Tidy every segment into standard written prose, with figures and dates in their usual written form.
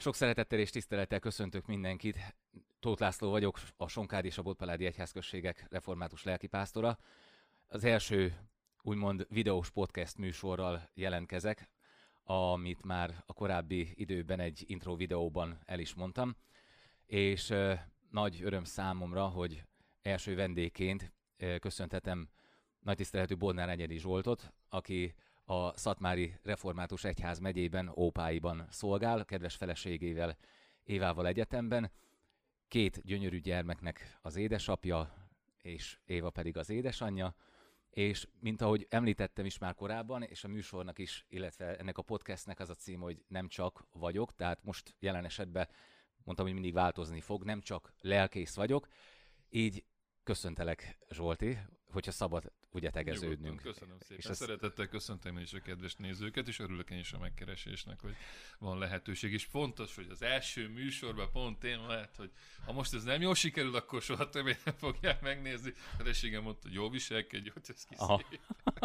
Sok szeretettel és tisztelettel köszöntök mindenkit. Tóth László vagyok, a Sonkádi és a Botpaládi Egyházközségek református lelkipásztora. Az első úgymond videós podcast műsorral jelentkezek, amit már a korábbi időben egy intro videóban el is mondtam, és nagy öröm számomra, hogy első vendégként köszönhetem nagy tiszteletű Bodnár Enyedi Zsoltot, aki a Szatmári Református Egyház megyében, Ópáiban szolgál, kedves feleségével, Évával egyetemben. 2 gyönyörű gyermeknek az édesapja, és Éva pedig az édesanyja, és mint ahogy említettem is már korábban, és a műsornak is, illetve ennek a podcastnek az a cím, hogy nem csak vagyok, tehát most jelen esetben mondtam, hogy mindig változni fog, nem csak lelkész vagyok, így köszöntelek, Zsolti, hogyha szabad ugye tegeződnünk. Nyugodtan, köszönöm szépen. És szeretettel köszöntöm én is a kedves nézőket, és örülök én is a megkeresésnek, hogy van lehetőség. És fontos, hogy az első műsorban pont én lehet, hogy ha most ez nem jól sikerül, akkor soha többé nem fogják megnézni. A feleségem mondta, hogy jól viselkedj, hogy ez ki szép.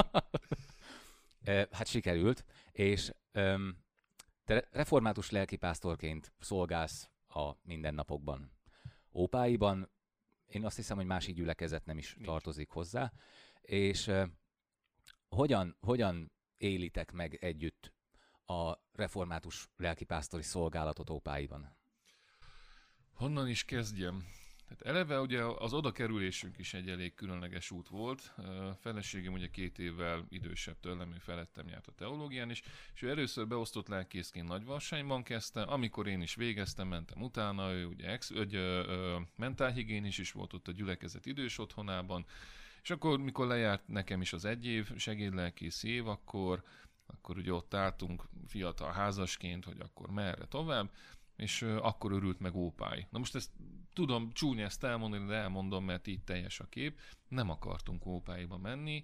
Hát sikerült, és te református lelkipásztorként szolgálsz a mindennapokban. Ópáiban, én azt hiszem, hogy másik gyülekezet nem is tartozik hozzá, és hogyan élitek meg együtt a református lelkipásztori szolgálatot Ópáiban? Honnan is kezdjem? Tehát eleve ugye az oda kerülésünk is egy elég különleges út volt. Feleségem ugye 2 évvel idősebb tőlem, ő felettem járt a teológián is, és ő először beosztott lelkészként Nagyvarsányban kezdte, amikor én is végeztem, mentem utána, ő ugye mentálhigiénis is volt ott a gyülekezet idős otthonában, és akkor, mikor lejárt nekem is az 1 év segédlelkész év, akkor ugye ott álltunk fiatal házasként, hogy akkor merre tovább, és akkor örült meg Ópály. Na most ezt tudom csúnya ezt elmondani, de elmondom, mert így teljes a kép. Nem akartunk Ópályba menni.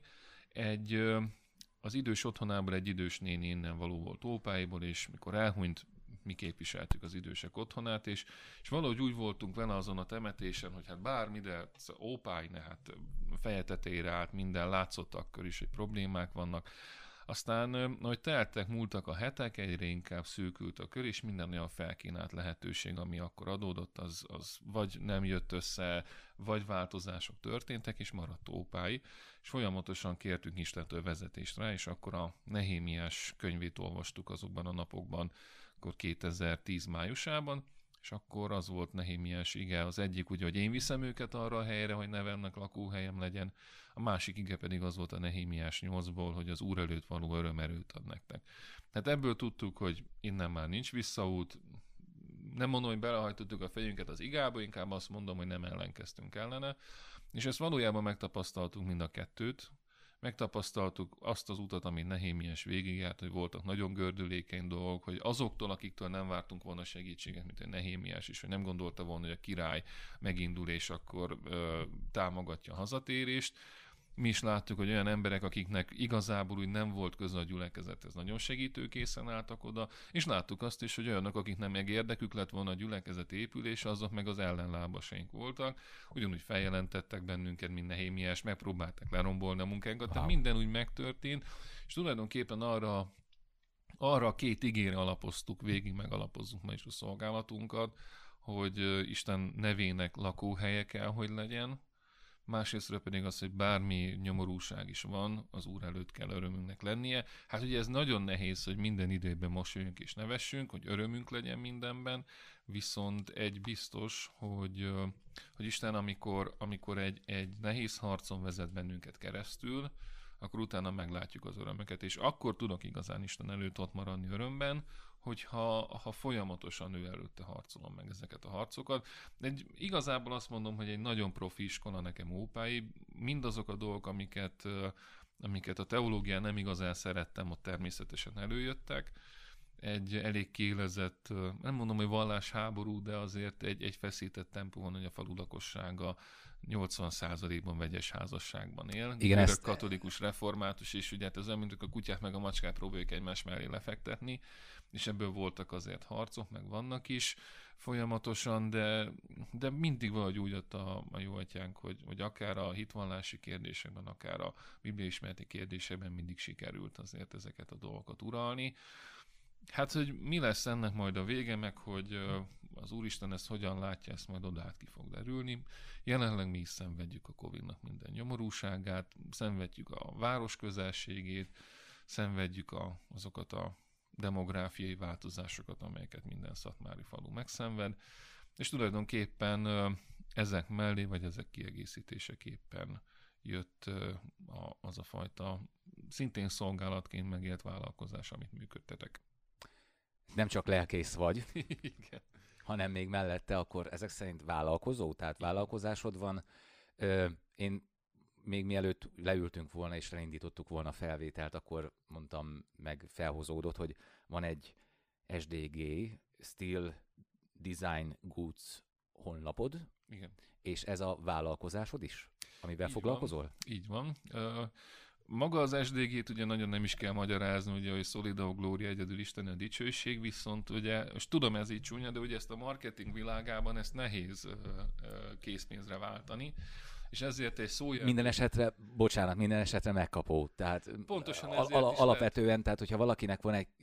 Az idős otthonából egy idős néni innen való volt Ópályból, és mikor elhunyt, mi képviseltük az idősek otthonát, és valahogy úgy voltunk vele azon a temetésen, hogy hát bármi, de Ópály, hát feje tetejére állt, minden látszott akkor is, hogy problémák vannak. Aztán, ahogy teltek, múltak a hetek, egyre inkább szűkült a kör, és minden olyan felkínált lehetőség, ami akkor adódott, az vagy nem jött össze, vagy változások történtek, és maradt Ópály, és folyamatosan kértünk Istentől vezetést rá, és akkor a Nehémiás könyvét olvastuk azokban a napokban, akkor 2010 májusában, és akkor az volt Nehémiás ige, az egyik ugye, hogy én viszem őket arra a helyre, hogy nevennek lakóhelyem legyen, a másik ige pedig az volt a Nehémiás 8-ból, hogy az Úr előtt való örömerőt ad nektek. Hát ebből tudtuk, hogy innen már nincs visszaút, nem mondom, hogy belehajtottuk a fejünket az igába, inkább azt mondom, hogy nem ellenkeztünk ellene, és ezt valójában megtapasztaltuk mind a kettőt. Megtapasztaltuk azt az utat, amit Nehémiás végigjárt, hogy voltak nagyon gördülékeny dolgok, hogy azoktól, akiktől nem vártunk volna segítséget, mint a Nehémiás is, hogy nem gondolta volna, hogy a király megindul és akkor támogatja a hazatérést. Mi is láttuk, hogy olyan emberek, akiknek igazából úgy nem volt köze a gyülekezethez, nagyon segítőkészen álltak oda, és láttuk azt is, hogy olyanok, akik nem meg érdekük lett volna a gyülekezet épülése, azok meg az ellenlábasaink voltak, ugyanúgy feljelentettek bennünket, mint Nehémiás, megpróbálták lerombolni a munkánkat, tehát minden úgy megtörtént, és tulajdonképpen arra a 2 igére alapoztuk, végig megalapozzuk ma is a szolgálatunkat, hogy Isten nevének lakóhelye kell, hogy legyen, másrésztről pedig az, hogy bármi nyomorúság is van, az Úr előtt kell örömünknek lennie. Hát ugye ez nagyon nehéz, hogy minden időben mosolyunk és nevessünk, hogy örömünk legyen mindenben, viszont egy biztos, hogy Isten, amikor egy nehéz harcon vezet bennünket keresztül, akkor utána meglátjuk az örömöket, és akkor tudok igazán Isten előtt ott maradni örömben, hogyha folyamatosan ő előtte harcolom meg ezeket a harcokat. Igazából azt mondom, hogy egy nagyon profi iskola nekem Ópályi, mindazok a dolgok, amiket a teológián nem igazán szerettem, ott természetesen előjöttek. Egy elég kiélezett, nem mondom, hogy vallásháború, de azért egy feszített tempó van, hogy a falu lakossága 80%-ban vegyes házasságban él. Igen, ez katolikus, református, és ugye hát ez olyan, mint a kutyát meg a macskát próbáljuk egymás mellé lefektetni, és ebből voltak azért harcok, meg vannak is folyamatosan, de mindig valahogy úgy jött a jó atyánk, hogy akár a hitvallási kérdésekben, akár a bibliaismereti kérdésekben mindig sikerült azért ezeket a dolgokat uralni. Hát, hogy mi lesz ennek majd a vége, meg hogy az Úristen ezt hogyan látja, ezt majd oda át ki fog derülni. Jelenleg mi is szenvedjük a Covid-nak minden nyomorúságát, szenvedjük a város közelségét, szenvedjük azokat a demográfiai változásokat, amelyeket minden szatmári falu megszenved, és tulajdonképpen ezek mellé, vagy ezek kiegészítéseképpen jött az a fajta szintén szolgálatként megélt vállalkozás, amit működtetek. Nem csak lelkész vagy, Igen. hanem még mellette akkor ezek szerint vállalkozó, tehát vállalkozásod van. Én még mielőtt leültünk volna és elindítottuk volna a felvételt, akkor mondtam, meg felhozódott, hogy van egy SDG, Steel Design Goods honlapod, Igen. és ez a vállalkozásod is, amivel Így foglalkozol? Van. Így van. Maga az SDG-t ugye nagyon nem is kell magyarázni, ugye, hogy Solideo Gloria, egyedül Isten a dicsőség, viszont ugye, most tudom ez így csúnya, de ugye ezt a marketing világában ezt nehéz készpénzre váltani, és ezért egy szója... Minden esetre megkapó. Tehát pontosan ezért alapvetően, lehet. Tehát hogyha valakinek van egy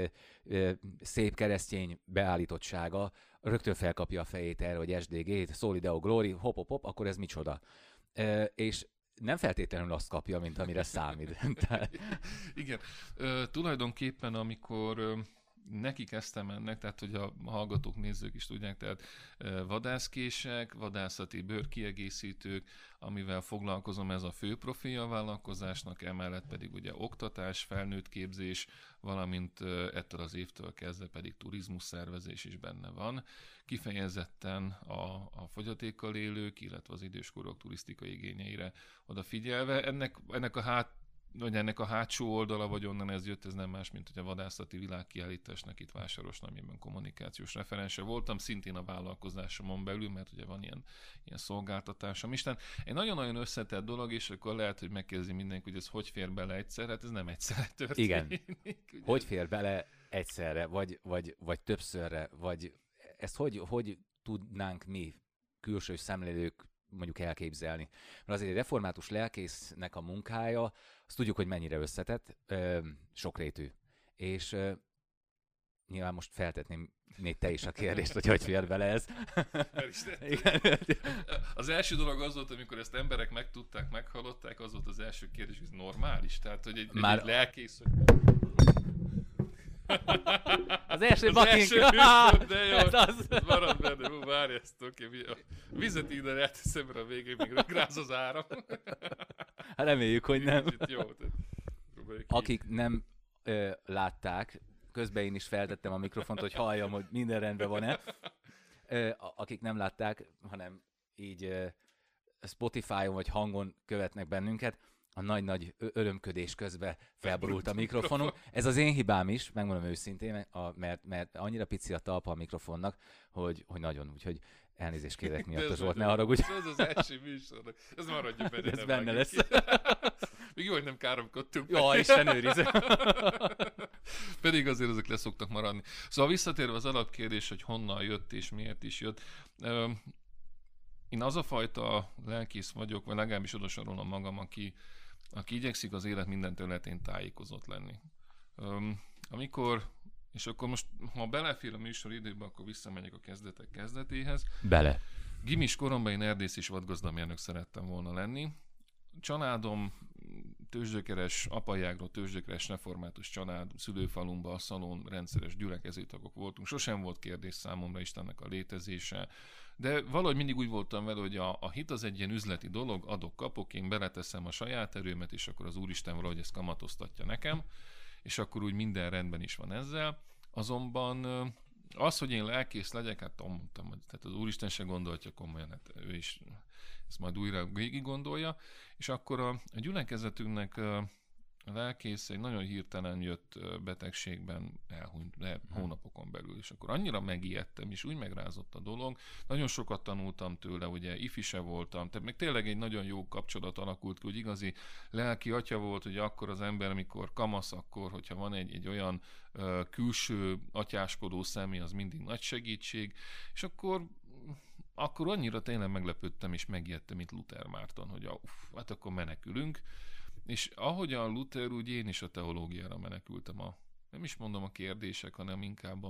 szép keresztény beállítottsága, rögtön felkapja a fejét erre, hogy SDG, Solideo Glory, hop, akkor ez micsoda. És nem feltétlenül azt kapja, mint amire számít. Igen. Tulajdonképpen, amikor neki kezdtem ennek, tehát hogy a hallgatók, nézők is tudják, tehát vadászkések, vadászati bőrkiegészítők, amivel foglalkozom, ez a fő profilja a vállalkozásnak, emellett pedig ugye oktatás, felnőttképzés, valamint ettől az évtől kezdve pedig turizmus szervezés is benne van. Kifejezetten a fogyatékkal élők, illetve az időskorúak turisztikai igényeire odafigyelve. Ennek a hátsó oldala, vagy onnan ez jött, ez nem más, mint hogy a vadászati világkiállításnak itt Vásárosnamében kommunikációs referense voltam, szintén a vállalkozásomon belül, mert ugye van ilyen szolgáltatásom is. Tehát egy nagyon-nagyon összetett dolog, és akkor lehet, hogy megkezdi mindenki, hogy ez hogy fér bele egyszer, hát ez nem egyszerre történik. Igen. Hogy fér bele egyszerre, vagy többszörre, vagy ezt hogy tudnánk mi, külső szemlélők mondjuk elképzelni? Mert azért egy református lelkésznek a munkája, azt tudjuk, hogy mennyire összetett, sokrétű. És nyilván most feltetném még te is a kérdést, hogy fér bele ez. Igen. Az első dolog az volt, amikor ezt emberek megtudták, meghallották, az volt az első kérdés, hogy ez normális? Tehát, hogy egy lelkész... Az első bakink. De jó, az marad benne, várj ezt, oké. A vizet ide elteszem a végén, még ráz az áram. Hát reméljük, hogy nem. Jó, akik nem látták, közben én is feltettem a mikrofont, hogy halljam, hogy minden rendben van-e. Akik nem látták, hanem így Spotify-on vagy hangon követnek bennünket, a nagy-nagy örömködés közben felborult a mikrofonunk. Ez az én hibám is, megmondom őszintén, mert annyira pici a talpa a mikrofonnak, hogy nagyon, úgyhogy elnézést kérek miatt a Zsolt, ne haragudj. Ez az első műsornak, ez maradjon benne. Ez benne lesz. Még jó, hogy nem káromkodtunk. Jó, Isten őrizze. Pedig azért ezek le szoktak maradni. Szóval visszatérve az alapkérdés, hogy honnan jött és miért is jött. Én az a fajta lelkész vagyok, vagy legalábbis oda sorolom magam, aki igyekszik az élet minden területén tájékozott lenni. Amikor, és akkor most, ha belefér a műsor időbe, akkor visszamegyek a kezdetek kezdetéhez. Bele. Gimis koromban én erdész és vadgazdammérnök szerettem volna lenni. Családom tőzsdőkeres, apai ágról tőzsdőkeres református család, szülőfalumban a szalon rendszeres gyülekezőtagok voltunk. Sosem volt kérdés számomra Istennek a létezése. De valahogy mindig úgy voltam vele, hogy a hit az egy ilyen üzleti dolog, adok-kapok, én beleteszem a saját erőmet, és akkor az Úristen valahogy ezt kamatoztatja nekem, és akkor úgy minden rendben is van ezzel. Azonban az, hogy én lelkész legyek, hát mondtam, tehát az Úristen se gondolja komolyan, hát ő is ezt majd újra végig gondolja, és akkor a gyülekezetünknek a lelkész egy nagyon hirtelen jött betegségben elhunyt hónapokon belül, és akkor annyira megijedtem, és úgy megrázott a dolog. Nagyon sokat tanultam tőle, ugye ifi se voltam, tehát meg tényleg egy nagyon jó kapcsolat alakult ki, hogy igazi lelki atya volt, hogy akkor az ember, amikor kamasz, akkor, hogyha van egy olyan külső atyáskodó személy, az mindig nagy segítség, és akkor annyira tényleg meglepődtem, és megijedtem, mint Luther Márton, hogy hát akkor menekülünk. És ahogyan Luther, úgy én is a teológiára menekültem a nem is mondom a kérdések, hanem inkább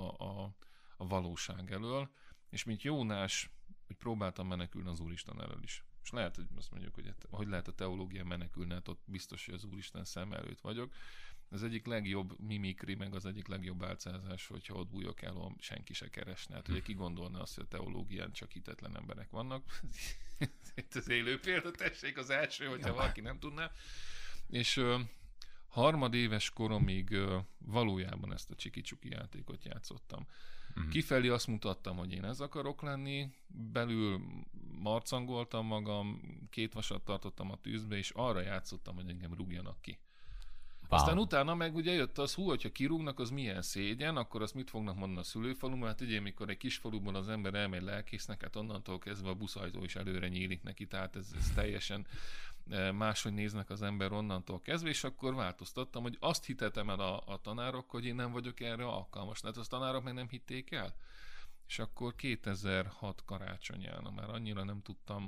a valóság elől, és mint Jónás, hogy próbáltam menekülni az Úristen elől is. És lehet, hogy azt mondjuk, hogy lehet a teológián menekülni, hát ott biztos, hogy az Úristen szem előtt vagyok. Az egyik legjobb mimikri, meg az egyik legjobb álcázás, hogyha ott bújok el, ahol senki se keresne. Hát ugye ki gondolna azt, hogy a teológián csak hitetlen emberek vannak. Itt az élő példa, tessék az első, hogyha valaki nem tudná. És harmadéves koromig valójában ezt a csiki-csuki játékot játszottam. Kifelé azt mutattam, hogy én ez akarok lenni, belül marcangoltam magam, 2 vasat tartottam a tűzbe, és arra játszottam, hogy engem rúgjanak ki. Wow. Aztán utána meg ugye jött az, hogyha kirúgnak, az milyen szégyen, akkor azt mit fognak mondani a szülőfaluban? Hát ugye, mikor egy kis faluban az ember elmegy lelkésznek, hát onnantól kezdve a buszajtó is előre nyílik neki, tehát ez teljesen máshogy néznek az ember onnantól kezdve, és akkor változtattam, hogy azt hitetem el a tanárok, hogy én nem vagyok erre alkalmas. Hát az tanárok meg nem hitték el. És akkor 2006 karácsonyán, már annyira nem tudtam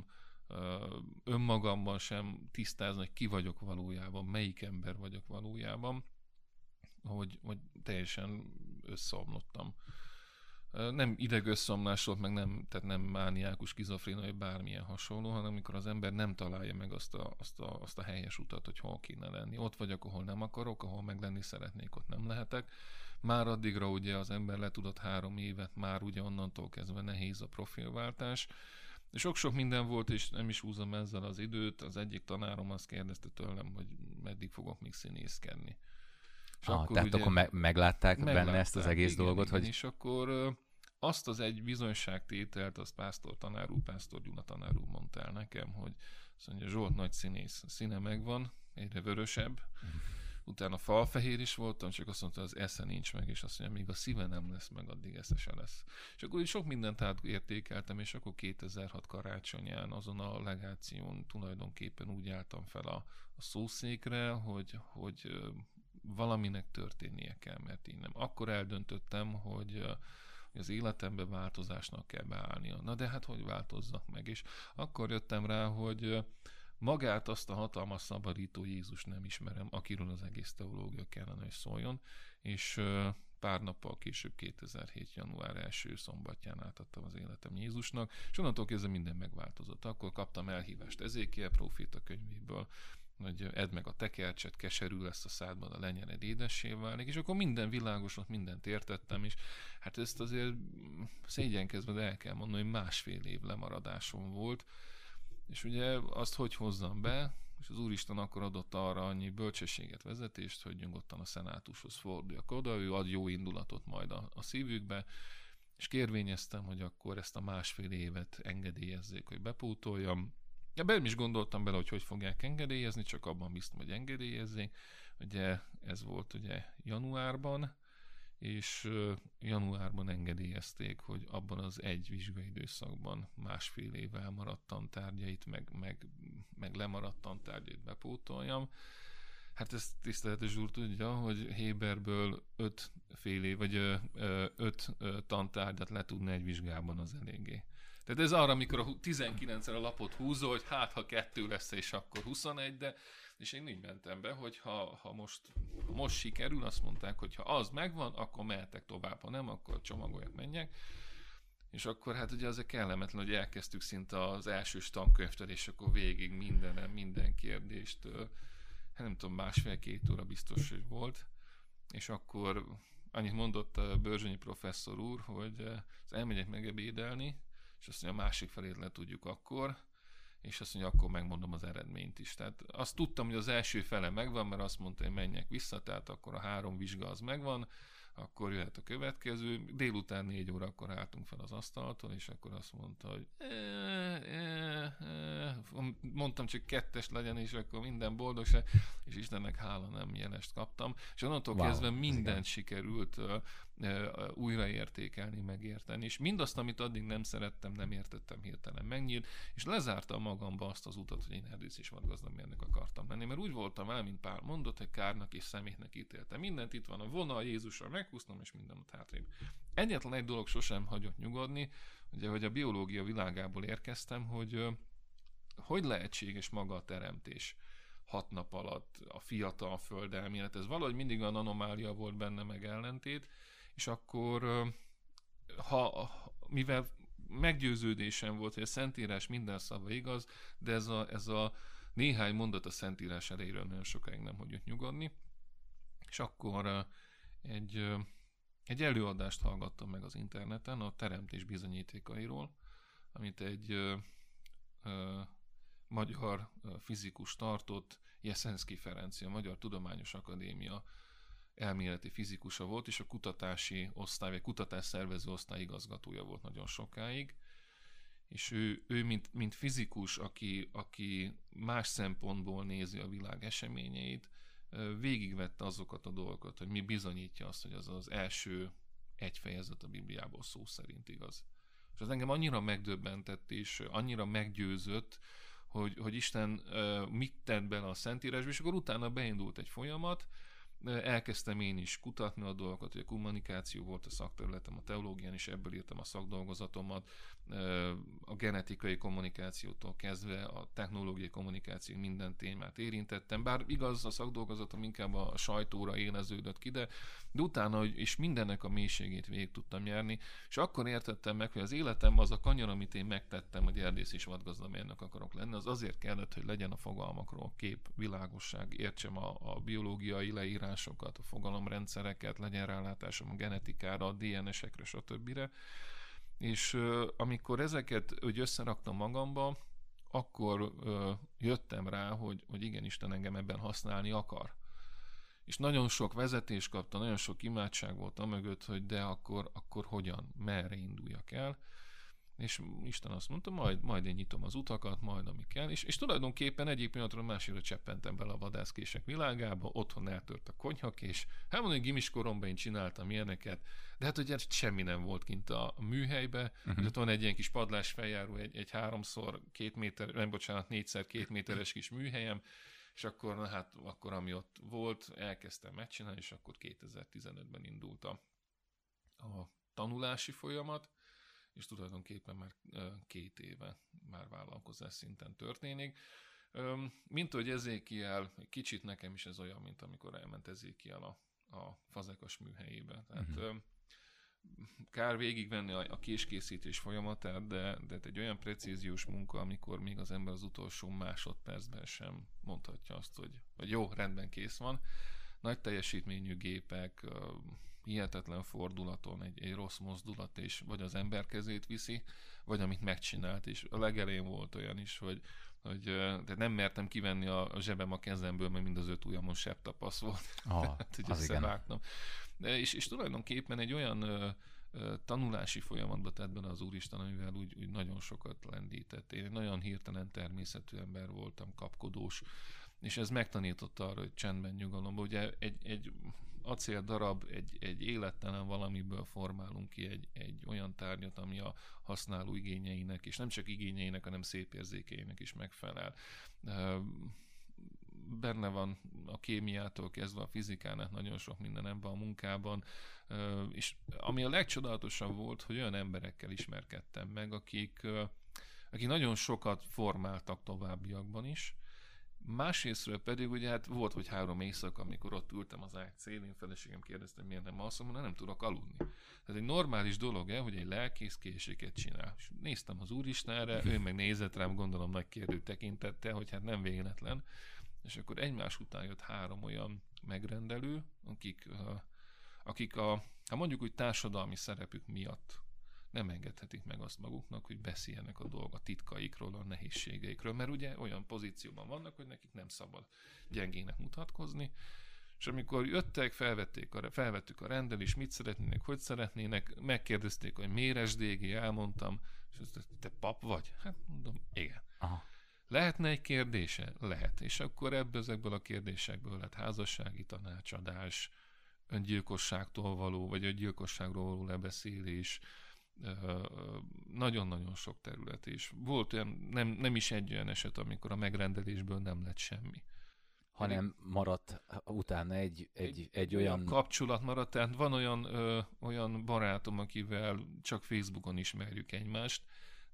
önmagamban sem tisztázni, hogy ki vagyok valójában, melyik ember vagyok valójában, hogy teljesen összeomlottam. Nem idegösszeomlás volt, meg tehát nem mániákus, skizofrénia, vagy bármilyen hasonló, hanem amikor az ember nem találja meg azt a helyes utat, hogy hol kéne lenni. Ott vagyok, ahol nem akarok, ahol meg lenni szeretnék, ott nem lehetek. Már addigra ugye az ember letudott 3 évet, már ugye onnantól kezdve nehéz a profilváltás. Sok-sok minden volt, és nem is húzom ezzel az időt. Az egyik tanárom azt kérdezte tőlem, hogy meddig fogok még színészkedni. Tehát ugye akkor meglátták benne ezt az egész dolgot? Igen, hogy... És akkor azt az egy bizonyságtételt, azt Pásztor Gyula tanár úr mondta el nekem, hogy azt mondja, Zsolt nagy színész, a színe megvan, egyre vörösebb, utána falfehér is voltam, csak azt mondta, az esze nincs meg, és azt mondja, még a szíve nem lesz meg, addig esze se lesz. És akkor sok mindent átértékeltem, és akkor 2006 karácsonyán azon a legáción tulajdonképpen úgy álltam fel a szószékre, hogy valaminek történnie kell, mert én nem. Akkor eldöntöttem, hogy az életembe változásnak kell beállnia. Na de hát hogy változzak meg? És akkor jöttem rá, hogy magát azt a hatalmas szabadító Jézus nem ismerem, akiről az egész teológia kellene, hogy szóljon, és pár nappal később, 2007. január 1. szombatján átadtam az életem Jézusnak, és onnantól kezdve minden megváltozott. Akkor kaptam elhívást Ezékiel próféta könyvéből, hogy edd meg a tekercset, keserű lesz a szádban, a lenyered édessé válik, és akkor minden világosat, mindent értettem, és hát ezt azért szégyenkezve, de el kell mondani, hogy 1,5 év lemaradásom volt, és ugye azt hogy hozzam be, és az Úristen akkor adott arra annyi bölcsességet, vezetést, hogy nyugodtan a szenátushoz forduljak oda, ő ad jó indulatot majd a szívükbe, és kérvényeztem, hogy akkor ezt a 1,5 évet engedélyezzék, hogy bepótoljam. Ebben is gondoltam bele, hogy fogják engedélyezni, csak abban biztos, hogy engedélyezzék. Ugye ez volt ugye januárban, és januárban engedélyezték, hogy abban az egy vizsgaidőszakban 1,5 év elmaradt tantárgyait, meg lemaradt tantárgyait bepótoljam. Hát ezt tiszteletes úr tudja, hogy Héberből 5 tantárgyat le tudna egy vizsgában, az eléggé. Tehát ez arra, amikor a 19-re a lapot húzol, hogy hát ha 2 lesz, és akkor 21, de és én így mentem be, hogy ha most sikerül, azt mondták, hogy ha az megvan, akkor mehetek tovább, ha nem, akkor csomagoljak, menjek. És akkor hát ugye az kellemetlen, hogy elkezdtük szinte az első tankönyvtől, és akkor végig minden kérdést, hát nem tudom, 1,5-2 óra biztos, hogy volt. És akkor annyit mondott a Börzsönyi professzor úr, hogy elmegyek megebédelni, és azt mondja, a másik felét le tudjuk akkor, és azt mondja, akkor megmondom az eredményt is. Tehát azt tudtam, hogy az első fele megvan, mert azt mondta, hogy menjek vissza, tehát akkor a 3 vizsga az megvan, akkor jöhet a következő. Délután 4 órakor álltunk fel az asztaltól, és akkor azt mondta, hogy mondtam, csak 2-es legyen, és akkor minden boldogság, és Istennek hála, nem jelest kaptam. És onnantól kezdve mindent sikerült újraértékelni, megérteni, és mindazt, amit addig nem szerettem, nem értettem, hirtelen megnyílt, és lezártam magamba azt az utat, hogy én erdész és vadgazdagbérnök akartam lenni, mert úgy voltam el, mint Pál mondott, hogy kárnak és szemétnek ítéltem. Mindent itt van a vonal, Jézusra meghúztam, és mindent hátrébb. Egyetlen egy dolog sosem hagyott nyugodni, ugye, hogy a biológia világából érkeztem, hogy lehetséges maga a teremtés. 6 nap alatt a fiatal földelmélet, ez valahogy mindig olyan anomália volt benne, meg ellentét, és akkor mivel meggyőződésem volt, hogy a Szentírás minden szava igaz, de ez a néhány mondat a Szentírás elejéről nagyon sokáig nem hagyott nyugodni, és akkor egy előadást hallgattam meg az interneten a teremtés bizonyítékairól, amit egy magyar fizikus tartott, Jeszenszky Ferenc, a Magyar Tudományos Akadémia elméleti fizikusa volt, és a kutatási osztály, vagy kutatásszervező osztály igazgatója volt nagyon sokáig, és ő mint fizikus, aki más szempontból nézi a világ eseményeit, végigvette azokat a dolgokat, hogy mi bizonyítja azt, hogy az első egy fejezet a Bibliából szó szerint igaz. És az engem annyira megdöbbentett, és annyira meggyőzött, hogy Isten mit tett bele a Szentírásba, és akkor utána beindult egy folyamat, elkezdtem én is kutatni a dolgokat, hogy a kommunikáció volt a szakterületem a teológián, és ebből írtam a szakdolgozatomat, a genetikai kommunikációtól kezdve a technológiai kommunikáció minden témát érintettem, bár igaz, a szakdolgozatom inkább a sajtóra éleződött ki, de utána is mindennek a mélységét végig tudtam járni, és akkor értettem meg, hogy az életem az a kanyar, amit én megtettem, hogy erdész és vadgazdamérnök akarok lenni, az azért kellett, hogy legyen a fogalmakról kép, világosság, értsem a biológiai leírásokat, a fogalomrendszereket, legyen rálátásom a genetikára, a DNS-ekre, stb. És amikor ezeket úgy összeraktam magamba, akkor jöttem rá, hogy igen, Isten engem ebben használni akar. És nagyon sok vezetés kapta, nagyon sok imádság volt amögött, hogy de akkor hogyan, merre induljak el. És Isten azt mondta, majd én nyitom az utakat, majd ami kell. És tulajdonképpen egyik pillanatról másikra cseppentem bele a vadászkések világába, otthon eltört a konyhakés. Hát mondom, hogy gimis koromban én csináltam ilyeneket, de hát ugye semmi nem volt kint a műhelybe. Uh-huh. Van egy ilyen kis padlás feljáró, egy 3x2 méter, nem bocsánat, 4x2 méteres kis műhelyem, és akkor ami ott volt, elkezdtem megcsinálni, és akkor 2015-ben indult a tanulási folyamat, és tulajdonképpen már 2 éve már vállalkozás szinten történik. Mint hogy Ezékiel, kicsit nekem is ez olyan, mint amikor elment Ezékiel a Fazekas műhelyébe. Tehát kár végigvenni a késkészítés folyamatát, de egy olyan precíziós munka, amikor még az ember az utolsó másodpercben sem mondhatja azt, hogy jó, rendben, kész van. Nagy teljesítményű gépek, hihetetlen fordulaton egy rossz mozdulat, és vagy az ember kezét viszi, vagy amit megcsinált, és a legelején volt olyan is, hogy de nem mertem kivenni a zsebem a kezemből, mert mind az 5 ujjamon sebtapasz volt. Tehát, hogy összevágtam. És tulajdonképpen egy olyan tanulási folyamatba tett bele az Úristen, amivel úgy nagyon sokat lendített. Én egy nagyon hirtelen természetű ember voltam, kapkodós, és ez megtanította arra, hogy csendben, nyugalomban. Ugye egy acéldarab, egy élettelen valamiből formálunk ki egy olyan tárgyat, ami a használó igényeinek, és nem csak igényeinek, hanem szép érzékeinek is megfelel. Benne van a kémiától kezdve a fizikának nagyon sok minden ebben a munkában, és ami a legcsodálatosabb volt, hogy olyan emberekkel ismerkedtem meg, akik nagyon sokat formáltak továbbiakban is. Másrésztről pedig ugye hát volt, hogy 3 éjszaka, amikor ott ültem az ágy szélén, feleségem kérdezte, miért nem alszom, nem tudok aludni. Tehát egy normális dolog, hogy egy lelkész készséget csinál. És néztem az Úristenre, ő meg nézett rám, gondolom nagy kérdő tekintettel, hogy hát nem véletlen. És akkor egymás után jött 3 olyan megrendelő, akik mondjuk úgy társadalmi szerepük miatt nem engedhetik meg azt maguknak, hogy beszéljenek a titkaikról, a nehézségeikről, mert ugye olyan pozícióban vannak, hogy nekik nem szabad gyengének mutatkozni, és amikor jöttek, felvettük a rendelést, mit szeretnének, hogy szeretnének, megkérdezték, hogy miért SDG, elmondtam, és azt mondta, te pap vagy? Hát mondom, igen. Aha. Lehetne egy kérdése? Lehet. És akkor ezekből a kérdésekből lett házassági tanácsadás, öngyilkosságtól való, vagy öngyilkosságról való lebeszélés, nagyon-nagyon sok terület, és volt olyan, nem is egy olyan eset, amikor a megrendelésből nem lett semmi. Hanem maradt utána egy olyan kapcsolat maradt, tehát van olyan barátom, akivel csak Facebookon ismerjük egymást,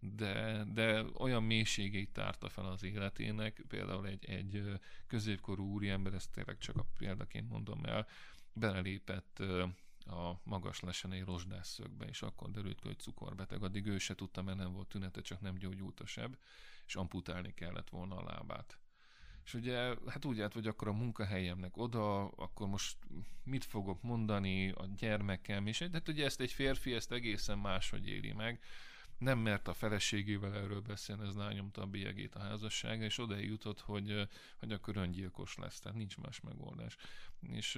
de olyan mélységeit tárta fel az életének, például egy középkorú úriember, ezt tényleg csak a példaként mondom el, belelépett a magas lesenei rozsdásszögbe, és akkor derült ki, hogy cukorbeteg. Addig ő se tudta, mert nem volt tünete, csak nem gyógyult a seb, és amputálni kellett volna a lábát. És ugye, hát úgy állt, hogy akkor a munkahelyemnek oda, akkor most mit fogok mondani a gyermekem, és hát ugye ezt egy férfi, ezt egészen máshogy éli meg. Nem mert a feleségével erről beszélni, ez rányomta a bélyegét a házassága, és oda jutott, hogy akkor öngyilkos lesz, tehát nincs más megoldás. És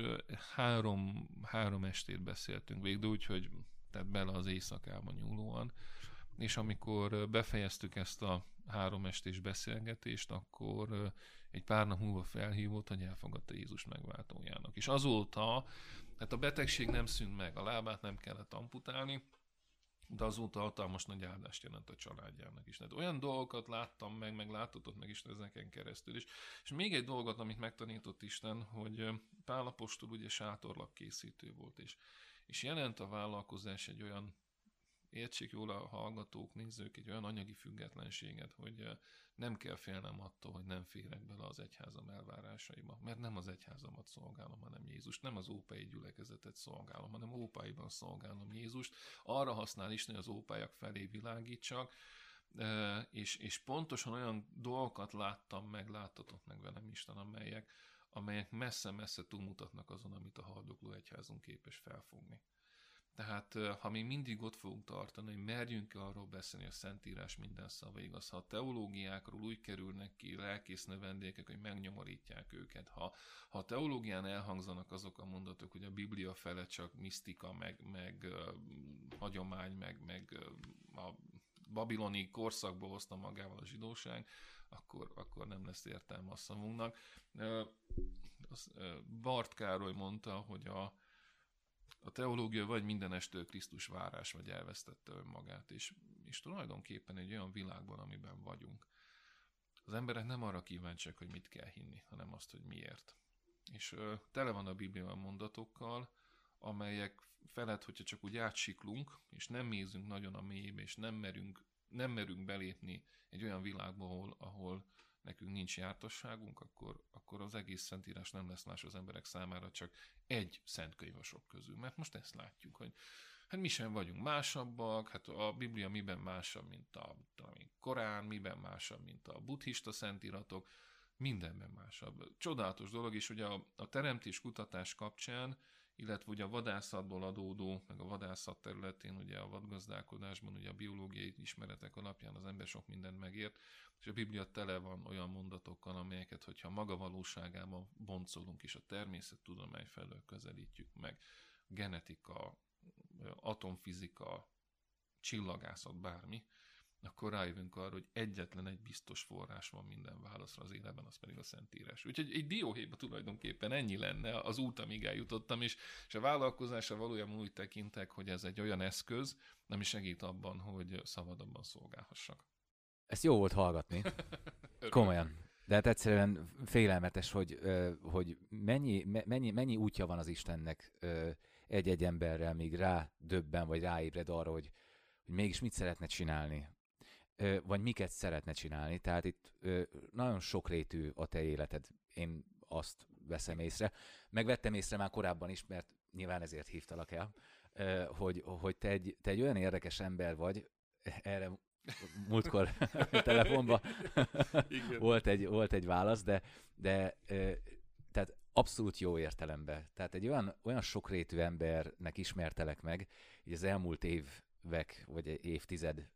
három estét beszéltünk végül, úgyhogy tehát bele az éjszakában nyúlóan, és amikor befejeztük ezt a 3 estés beszélgetést, akkor egy pár nap múlva felhívott, hogy elfogadta Jézus megváltójának. És azóta, hát a betegség nem szűnt meg, a lábát nem kellett amputálni, de azóta hatalmas nagy áldást jelent a családjának is. Tehát olyan dolgokat láttam meg láttatott meg Isten ezeken keresztül is. És még egy dolgot, amit megtanított Isten, hogy Pál apostol ugye sátorlakkészítő volt, és jelent a vállalkozás egy olyan, értsék jól a hallgatók, nézők, egy olyan anyagi függetlenséget, hogy nem kell félnem attól, hogy nem férek bele az egyházam elvárásaiba, mert nem az egyházamat szolgálom, hanem Jézust, nem az ópai gyülekezetet szolgálom, hanem ópáiban szolgálom Jézust. Arra használ Isten, hogy az ópályok felé világítsak, és pontosan olyan dolgokat láttatott meg velem Isten, amelyek messze-messze túlmutatnak azon, amit a haldokló egyházunk képes felfogni. Tehát ha mi mindig ott fogunk tartani, hogy merjünk arról beszélni, a Szentírás minden szava igaz, ha a teológiákról úgy kerülnek ki lelkész növendékek, hogy megnyomorítják őket, ha a teológián elhangzanak azok a mondatok, hogy a Biblia fele csak misztika, meg hagyomány, meg a babiloni korszakból hozta magával a zsidóság, akkor nem lesz értelme a szavunknak. Bart Károly mondta, hogy a teológia vagy mindenestől Krisztus várás, vagy elvesztette önmagát, és tulajdonképpen egy olyan világban, amiben vagyunk. Az emberek nem arra kíváncsiak, hogy mit kell hinni, hanem azt, hogy miért. És tele van a Biblia mondatokkal, amelyek felett, hogyha csak úgy átsiklunk, és nem nézünk nagyon a mélyébe, és nem merünk belépni egy olyan világba, ahol nekünk nincs jártasságunk, akkor az egész Szentírás nem lesz más az emberek számára, csak egy szent könyv a sok közül. Mert most ezt látjuk, hogy hát mi sem vagyunk másabbak, hát a Biblia miben másabb, mint a Korán, miben másabb, mint a buddhista szentiratok, mindenben másabb. Csodálatos dolog, és ugye a teremtés kutatás kapcsán, illetve ugye a vadászatból adódó, meg a vadászat területén, ugye a vadgazdálkodásban, ugye a biológiai ismeretek alapján az ember sok mindent megért, és a Biblia tele van olyan mondatokkal, amelyeket, hogyha maga valóságában boncolunk, és a természettudomány felől közelítjük meg, genetika, atomfizika, csillagászat, bármi, akkor rájövünk arra, hogy egyetlen egy biztos forrás van minden válaszra az életben, az pedig a Szentírás. Úgyhogy egy dióhéjban tulajdonképpen ennyi lenne az út, amíg eljutottam, és a vállalkozásra valójában úgy tekintek, hogy ez egy olyan eszköz, ami segít abban, hogy szabadabban szolgálhassak. Ezt jó volt hallgatni. Komolyan. De hát egyszerűen félelmetes, hogy mennyi útja van az Istennek egy-egy emberrel, míg rá döbben, vagy ráébred arra, hogy mégis mit szeretne csinálni, vagy miket szeretne csinálni. Tehát itt nagyon sokrétű a te életed. Én azt veszem észre. Megvettem észre már korábban is, mert nyilván ezért hívtalak el, hogy te egy olyan érdekes ember vagy, erre múltkor telefonban volt egy válasz, de tehát abszolút jó értelemben. Tehát egy olyan sokrétű embernek ismertelek meg, így az elmúlt évek, vagy évtized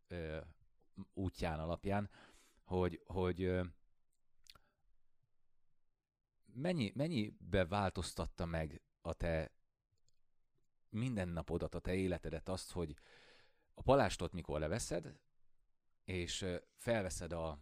útján alapján, hogy mennyibe változtatta meg a te mindennapodat, a te életedet azt, hogy a palástot mikor leveszed, és felveszed a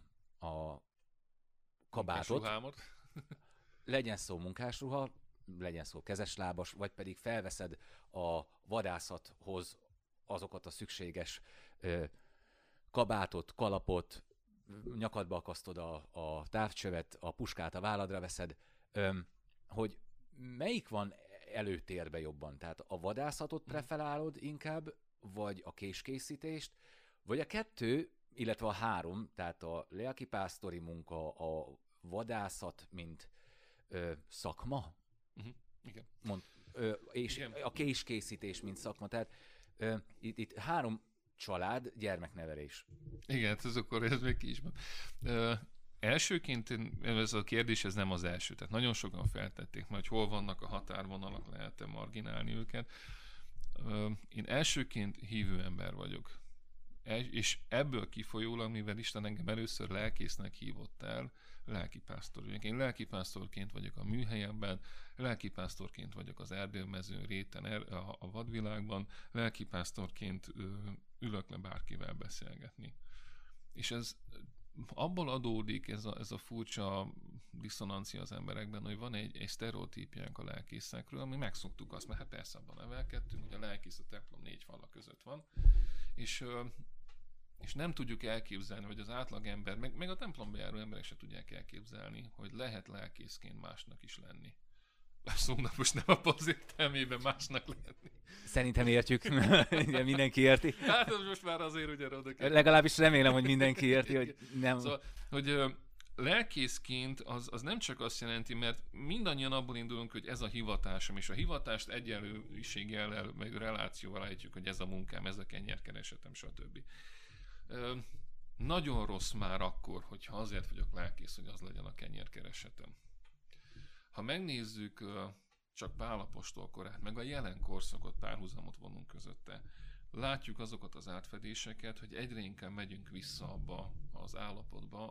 kabátot, legyen szó munkásruha, legyen szó kezeslábas, vagy pedig felveszed a vadászathoz azokat a szükséges kabátot, kalapot, nyakadba akasztod a távcsövet, a puskát a válladra veszed, hogy melyik van előtérbe jobban? Tehát a vadászatot preferálod inkább, vagy a késkészítést, vagy a kettő illetve a három, tehát a lelkipásztori munka, a vadászat, mint szakma, Igen. És igen. A késkészítés, mint szakma. Tehát itt három család, gyermeknevelés. Igen, hát ez még ki is van. Elsőként ez a kérdés, ez nem az első. Tehát nagyon sokan feltették, hogy hol vannak a határvonalak, lehet-e marginálni őket. Én elsőként hívő ember vagyok. És ebből kifolyólag, mivel Isten engem először lelkésznek hívott el, lelkipásztor vagyok. Én lelkipásztorként vagyok a műhelyemben, lelkipásztorként vagyok az erdőmezőn, réten, a vadvilágban, lelkipásztorként ülök le bárkivel beszélgetni. És ez abból adódik ez a furcsa diszonancia az emberekben, hogy van egy sztereotípiánk a lelkészekről, ami megszoktuk azt, mert hát persze abban nevelkedtünk, hogy a lelkész a templom 4 fala között van, és nem tudjuk elképzelni, hogy az átlagember, meg a templomba járó emberek se tudják elképzelni, hogy lehet lelkészként másnak is lenni. A szónak most nem a pozitív értelmében másnak lenni. Szerintem értjük, mindenki érti. Hát most már azért ugye oda kell. Legalábbis remélem, hogy mindenki érti, hogy nem. Szóval, hogy lelkészként az nem csak azt jelenti, mert mindannyian abból indulunk, hogy ez a hivatásom, és a hivatást egyenlőséggel, meg relációval állítjuk, hogy ez a munkám, ez a kenyérkeresetem, stb. Nagyon rossz már akkor, hogyha azért vagyok lelkész, hogy az legyen a kenyérkeresetem. Ha megnézzük csak Pál apostol korát, meg a jelen korszakot, párhuzamot vonunk közötte, látjuk azokat az átfedéseket, hogy egyre inkább megyünk vissza abba az állapotba,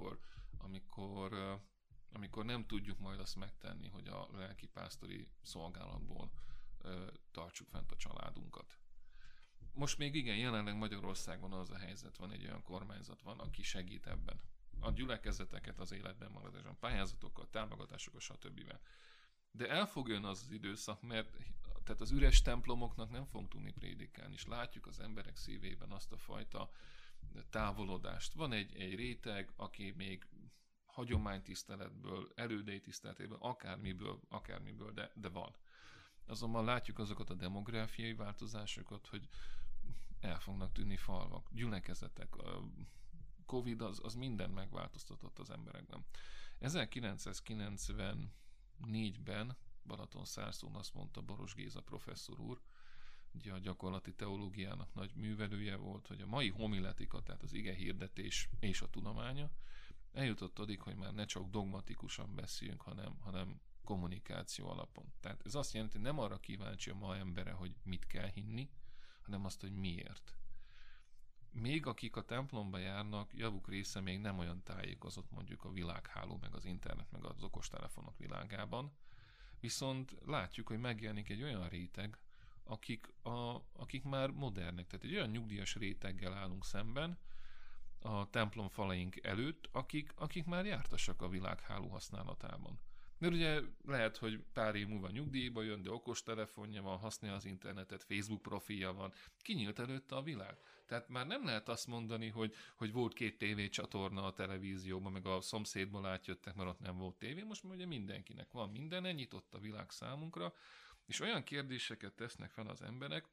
amikor nem tudjuk majd azt megtenni, hogy a lelkipásztori szolgálatból tartsuk fent a családunkat. Most még igen, jelenleg Magyarországon az a helyzet, van egy olyan kormányzat van, aki segít ebben. A gyülekezeteket az életben maradásban, pályázatokkal, támogatásokkal, stb. De el fog jönni az időszak, mert tehát az üres templomoknak nem fogunk tudni prédikálni, és látjuk az emberek szívében azt a fajta távolodást. Van egy réteg, aki még hagyománytiszteletből, elődei tiszteletéből, akármiből, de van. Azonban látjuk azokat a demográfiai változásokat, hogy el fognak tűnni falvak, gyülekezetek. Covid az mindent megváltoztatott az emberekben. 1994-ben Balatonszárszón azt mondta Baros Géza professzor úr, ugye a gyakorlati teológiának nagy művelője volt, hogy a mai homiletika, tehát az ige hirdetés és a tudománya eljutott addig, hogy már ne csak dogmatikusan beszéljünk, hanem kommunikáció alapon. Tehát ez azt jelenti, hogy nem arra kíváncsi a ma embere, hogy mit kell hinni, hanem azt, hogy miért. Még akik a templomba járnak, javuk része még nem olyan tájékozott mondjuk a világháló, meg az internet, meg az okostelefonok világában, viszont látjuk, hogy megjelenik egy olyan réteg, akik már modernek, tehát egy olyan nyugdíjas réteggel állunk szemben a templom falaink előtt, akik már jártasak a világháló használatában. Mert ugye lehet, hogy pár év múlva nyugdíjba jön, de okostelefonja van, használja az internetet, Facebook profilja van, kinyílt előtte a világ. Tehát már nem lehet azt mondani, hogy volt 2 tévécsatorna a televízióban, meg a szomszédból átjöttek, mert ott nem volt tévé, most már ugye mindenkinek van minden, nyitott a világ számunkra, és olyan kérdéseket tesznek fel az emberek,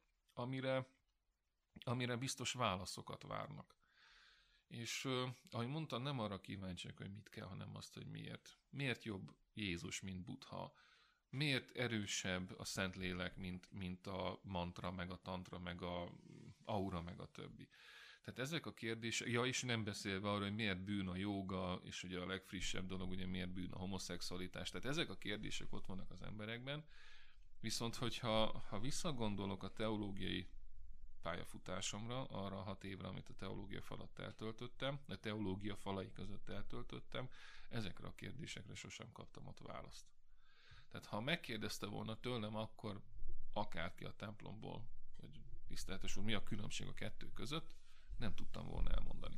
amire biztos válaszokat várnak. És ahogy mondtam, nem arra kíváncsiak, hogy mit kell, hanem azt, hogy miért. Miért jobb Jézus, mint Buddha? Miért erősebb a Szentlélek, mint a mantra, meg a tantra, meg a aura, meg a többi? Tehát ezek a kérdések, és nem beszélve arról, hogy miért bűn a jóga, és ugye a legfrissebb dolog, ugye miért bűn a homoszexualitás. Tehát ezek a kérdések ott vannak az emberekben, viszont hogyha visszagondolok a teológiai pályafutásomra, arra a 6 évre, amit a teológia falatt eltöltöttem, a teológia falai között eltöltöttem, ezekre a kérdésekre sosem kaptam ott választ. Tehát ha megkérdezte volna tőlem akkor akárki a templomból, hogy tiszteletes úr, mi a különbség a kettő között, nem tudtam volna elmondani.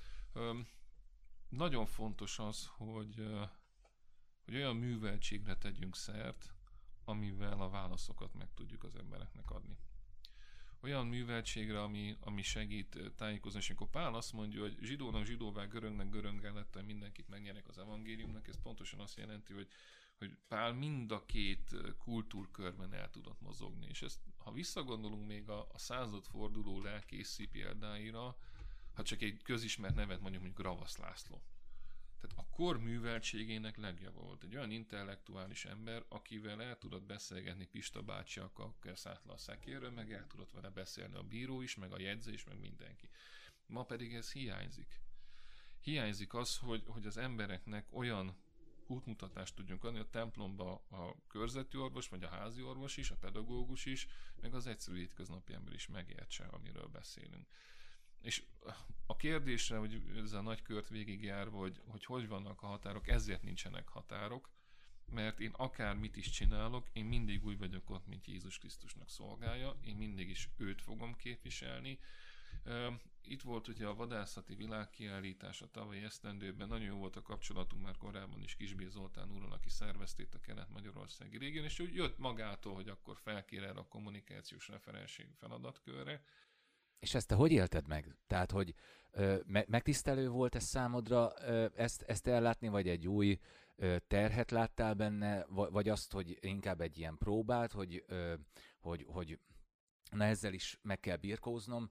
Nagyon fontos az, hogy olyan műveltségre tegyünk szert, amivel a válaszokat meg tudjuk az embereknek adni. Olyan műveltségre, ami segít tájékozni, és amikor Pál azt mondja, hogy zsidónak zsidóvá, görögnek göröggel lettem, mindenkit megnyerek az evangéliumnak, ez pontosan azt jelenti, hogy Pál mind a 2 kultúrkörben el tudott mozogni. És ezt, ha visszagondolunk még a századforduló lelkészi példáira, ha csak egy közismert nevet mondjuk Ravasz László. Tehát a kor műveltségének legjava volt. Egy olyan intellektuális ember, akivel el tudott beszélgetni Pista bácsi a Szátla a szekérről, meg el tudott vele beszélni a bíró is, meg a jegyző is, meg mindenki. Ma pedig ez hiányzik. Hiányzik az, hogy az embereknek olyan útmutatást tudjunk adni, a templomba a körzeti orvos, vagy a házi orvos is, a pedagógus is, meg az egyszerű hétköznapi ember is megértse, amiről beszélünk. És a kérdésre, hogy ez a nagy kört végigjárva, hogy vannak a határok, ezért nincsenek határok, mert én akármit is csinálok, én mindig úgy vagyok ott, mint Jézus Krisztusnak szolgálja, én mindig is őt fogom képviselni. Itt volt ugye a vadászati világkiállítás a tavalyi esztendőben, nagyon jó volt a kapcsolatunk már korábban is Kisbé Zoltán úrral, aki szervezte itt a kelet-magyarországi régión, és úgy jött magától, hogy akkor felkér erre a kommunikációs referensség feladatkörre. És ezt te hogy élted meg? Tehát, hogy megtisztelő volt ez számodra ezt ellátni, vagy egy új terhet láttál benne, vagy azt, hogy inkább egy ilyen próbát, hogy na ezzel is meg kell birkóznom.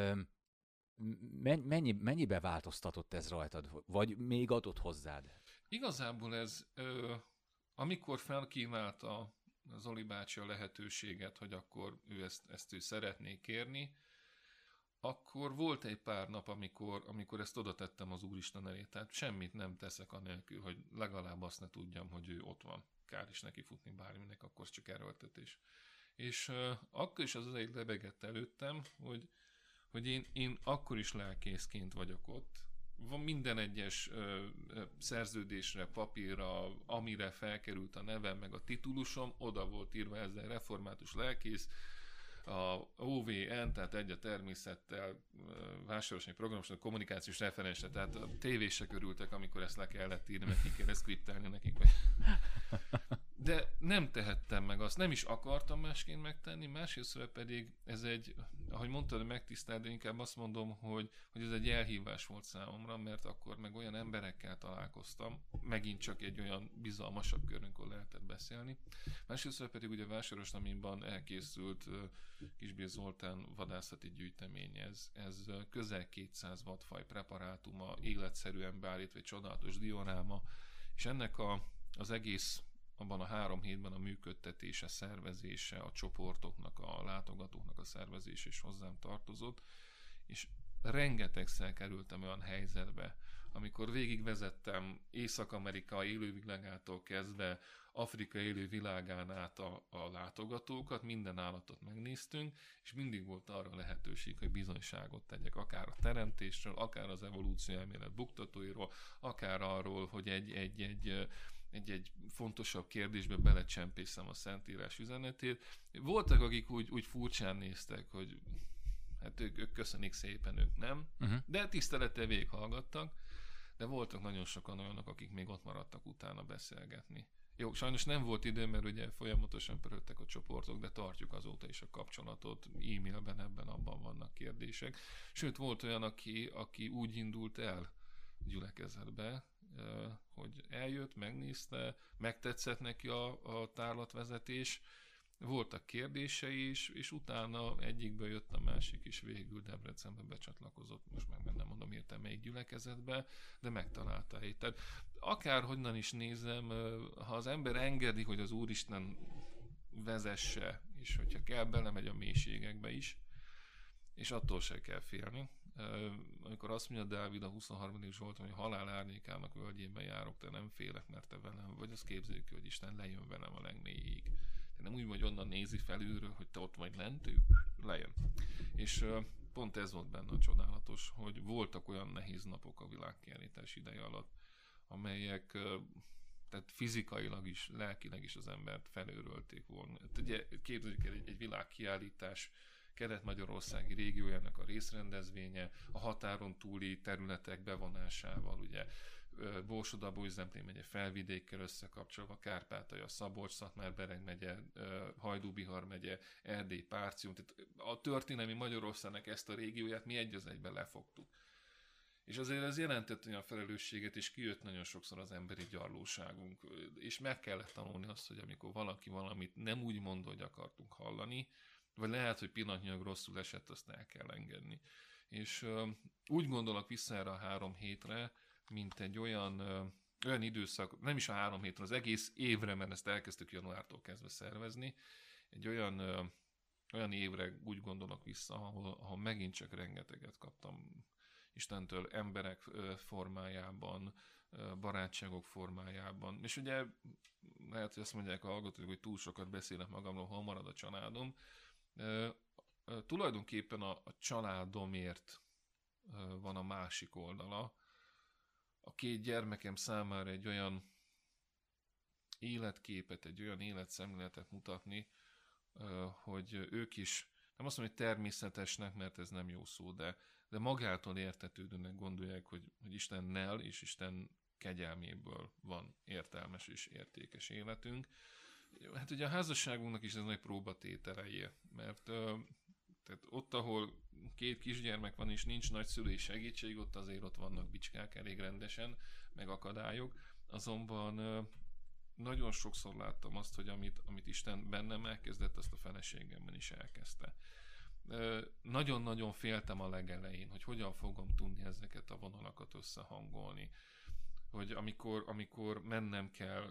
Mennyibe változtatott ez rajtad? Vagy még adott hozzád? Igazából ez, amikor felkínálta Zoli bácsi a lehetőséget, hogy akkor ő ezt ő szeretné kérni, akkor volt egy pár nap, amikor ezt oda tettem az Úristen elé. Tehát semmit nem teszek anélkül, hogy legalább azt ne tudjam, hogy ő ott van. Kár is neki futni bárminek, akkor csak erőltetés. És akkor is az egy lebegett előttem, hogy én akkor is lelkészként vagyok ott. Van minden egyes szerződésre, papírra, amire felkerült a nevem, meg a titulusom, oda volt írva ezzel református lelkész, a OVN, tehát egy a természettel, vásárosnyi programosnak, kommunikációs referensre, tehát a tévések örültek, amikor ezt le kellett írni, meg ki kellett szkriptálni nekik. De nem tehettem meg azt, nem is akartam másként megtenni, másrészt pedig ez egy, ahogy mondtad, megtisztelt, de inkább azt mondom, hogy ez egy elhívás volt számomra, mert akkor meg olyan emberekkel találkoztam, megint csak egy olyan bizalmasabb körünkön lehetett beszélni. Másrészt pedig ugye Vásárosnaményban elkészült Kisbé Zoltán vadászati gyűjtemény, ez közel 200 vadfaj preparátuma, életszerűen beállítva, egy csodálatos dioráma, és ennek az egész abban a 3 hétben a működtetése, szervezése, a csoportoknak, a látogatóknak a szervezése is hozzám tartozott, és rengetegszer kerültem olyan helyzetbe, amikor végigvezettem Észak-Amerika élővilágától kezdve Afrika élővilágán át a látogatókat, minden állatot megnéztünk, és mindig volt arra lehetőség, hogy bizonyságot tegyek, akár a teremtésről, akár az evolúció elmélet buktatóiról, akár arról, hogy egy fontosabb kérdésbe belecsempészem a Szentírás üzenetét. Voltak, akik úgy furcsán néztek, hogy hát ők köszönik szépen, ők nem, de tisztelettel végighallgattak, de voltak nagyon sokan olyanok, akik még ott maradtak utána beszélgetni. Jó, sajnos nem volt idő, mert ugye folyamatosan pörögtek a csoportok, de tartjuk azóta is a kapcsolatot, e-mailben, abban vannak kérdések. Sőt, volt olyan, aki úgy indult el gyülekezetbe, hogy eljött, megnézte, megtetszett neki a tárlatvezetés, voltak kérdései is, és utána egyikből jött a másik is, végül Debrecenbe becsatlakozott, most meg nem mondom értem melyik gyülekezetbe, de megtalálta helyét. Tehát akárhonnan is nézem, ha az ember engedi, hogy az Úristen vezesse, és hogyha kell, belemegy a mélységekbe is, és attól se kell félni. Amikor azt mondja Dávid a 23. Zsolton, hogy halál árnyékának völgyében járok, te nem félek, mert te velem vagy, az képzeljük, hogy Isten lejön velem a legmélyig. Te nem úgy, hogy onnan nézi felülről, hogy te ott vagy lent, ő lejön. És pont ez volt benne a csodálatos, hogy voltak olyan nehéz napok a világkiállítás ideje alatt, amelyek tehát fizikailag is, lelkileg is az embert felőrölték volna. Ugye képzeljük el egy világkiállítás Kelet-Magyarországi régiójának a részrendezvénye, a határon túli területek bevonásával, ugye Borsod-Abaúj-Zemplén megye Felvidékkel összekapcsolva, Kárpátalja, Szabolcs-Szatmár-Bereg megye, Hajdú-Bihar megye, Erdély, Párcium, tehát a történelmi Magyarországnak ezt a régióját mi egy az egyben lefogtuk. És azért ez jelentett olyan felelősséget, és kijött nagyon sokszor az emberi gyarlóságunk, és meg kellett tanulni azt, hogy amikor valaki valamit nem úgy mond, hogy akartunk hallani, vagy lehet, hogy pillanatnyilag rosszul esett, azt el kell engedni. És úgy gondolok vissza erre a 3 hétre, mint egy olyan időszak, nem is a 3 hétre, az egész évre, mert ezt elkezdtük januártól kezdve szervezni, egy olyan évre úgy gondolok vissza, ahol megint csak rengeteget kaptam Istentől emberek formájában, barátságok formájában. És ugye lehet, hogy azt mondják a hallgatók, hogy túl sokat beszélek magamról, hol marad a családom. Tulajdonképpen a családomért van a másik oldala. A 2 gyermekem számára egy olyan életképet, egy olyan életszemléletet mutatni, hogy ők is, nem azt mondom, hogy természetesnek, mert ez nem jó szó, de magától értetődőnek gondolják, hogy Istennel és Isten kegyelméből van értelmes és értékes életünk. Hát ugye a házasságunknak is ez nagy próbatételeje, mert tehát ott, ahol 2 kisgyermek van és nincs nagyszülői segítség, ott vannak bicskák elég rendesen, meg akadályok, azonban nagyon sokszor láttam azt, hogy amit Isten bennem elkezdett, azt a feleségemben is elkezdte. Nagyon-nagyon féltem a legelején, hogy hogyan fogom tudni ezeket a vonalakat összehangolni. Hogy amikor mennem kell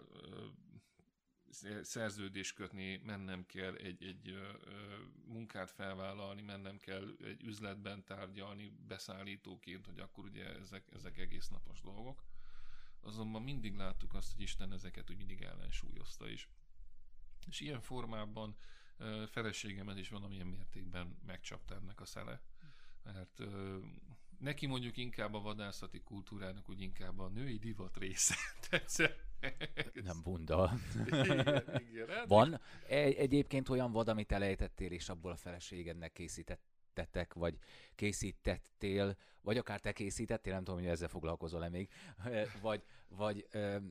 szerződést kötni, mennem kell egy munkát felvállalni, mennem kell egy üzletben tárgyalni beszállítóként, hogy akkor ugye ezek egész napos dolgok. Azonban mindig láttuk azt, hogy Isten ezeket úgy mindig ellensúlyozta is. És ilyen formában feleségemet is valamilyen mértékben megcsapta ennek a szele. Mert neki mondjuk inkább a vadászati kultúrának úgy inkább a női divat része tetszett. Nem bunda. Igen, hát Van egyébként olyan vad, amit elejtettél, és abból a feleségednek készítettetek, vagy készítettél, vagy akár te készítettél, nem tudom, hogy ezzel foglalkozol-e még, vagy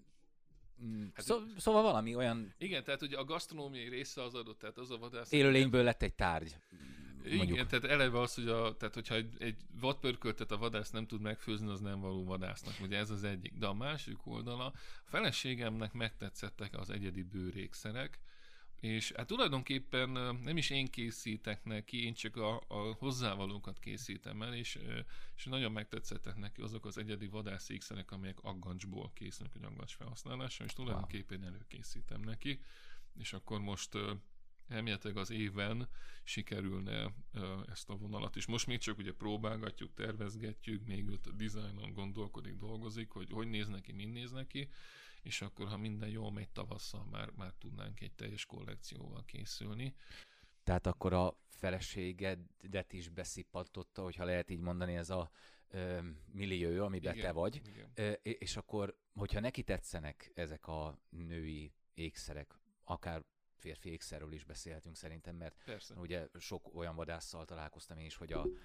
szóval valami olyan... Igen, tehát ugye a gasztronómiai része az adott, tehát az a vadászat... Élőlényből lett egy tárgy. Mondjuk. Igen, tehát eleve az, hogy tehát hogyha egy vadpörköltet a vadász nem tud megfőzni, az nem való vadásznak, ugye ez az egyik. De a másik oldala, a feleségemnek megtetszettek az egyedi bőrékszerek, és hát tulajdonképpen nem is én készítek neki, én csak a hozzávalókat készítem el, és nagyon megtetszettek neki azok az egyedi vadász ékszerek, amelyek aggancsból készülnek, hogy aggancs felhasználásra, és tulajdonképpen előkészítem neki, és akkor most elméletileg az éven sikerülne ezt a vonalat, és most még csak ugye próbálgatjuk, tervezgetjük, még ott a dizájnon gondolkodik, dolgozik, hogy néz neki, mind néz neki, és akkor, ha minden jól megy, tavasszal már tudnánk egy teljes kollekcióval készülni. Tehát akkor a feleségedet is beszippantotta, hogyha lehet így mondani, ez a millió, amiben Igen, te vagy. igen. És akkor, hogyha neki tetszenek ezek a női ékszerek, akár férfi ékszerről is beszélhetünk szerintem, mert Persze. ugye sok olyan vadásszal találkoztam én is, hogy a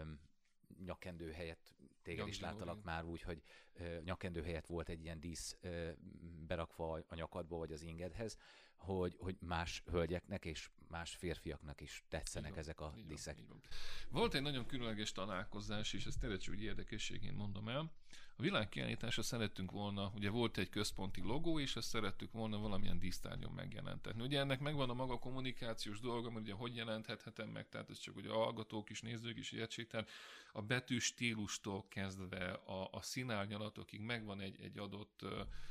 nyakkendő helyett téged is láttalak már úgy, hogy nyakkendő helyett volt egy ilyen dísz berakva a nyakadba, vagy az ingedhez, hogy más hölgyeknek és más férfiaknak is tetszenek ezek a díszek. Volt egy nagyon különleges találkozás, és ezt tényleg csak úgy érdekességén mondom el. A világkiállításra szerettünk volna, ugye volt egy központi logó, és ezt szerettük volna valamilyen dísztárgyon megjelentetni. Ugye ennek megvan a maga kommunikációs dolga, mert ugye hogy jelenthethetem meg, tehát ez csak ugye a hallgatók is, nézők is értsék, tehát a betű stílustól kezdve a színárnyalatokig megvan egy adott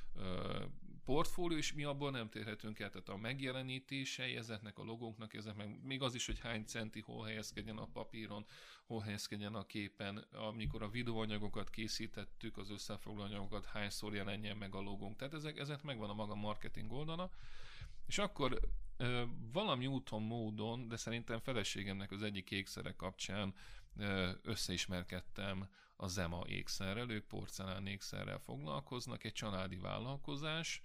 portfólió, és mi abból nem térhetünk el, tehát a megjelenítései ezeknek a logóknak, ezek meg még az is, hogy hány centi, hol helyezkedjen a papíron, hol helyezkedjen a képen, amikor a videóanyagokat készítettük, az összefoglaló anyagokat, hányszor jelenjen meg a logónk, tehát ezek megvan a maga marketing oldala, és akkor valami úton, módon, de szerintem feleségemnek az egyik ékszere kapcsán összeismerkedtem a Zema ékszerrel, ők porcelán ékszerrel foglalkoznak, egy családi vállalkozás.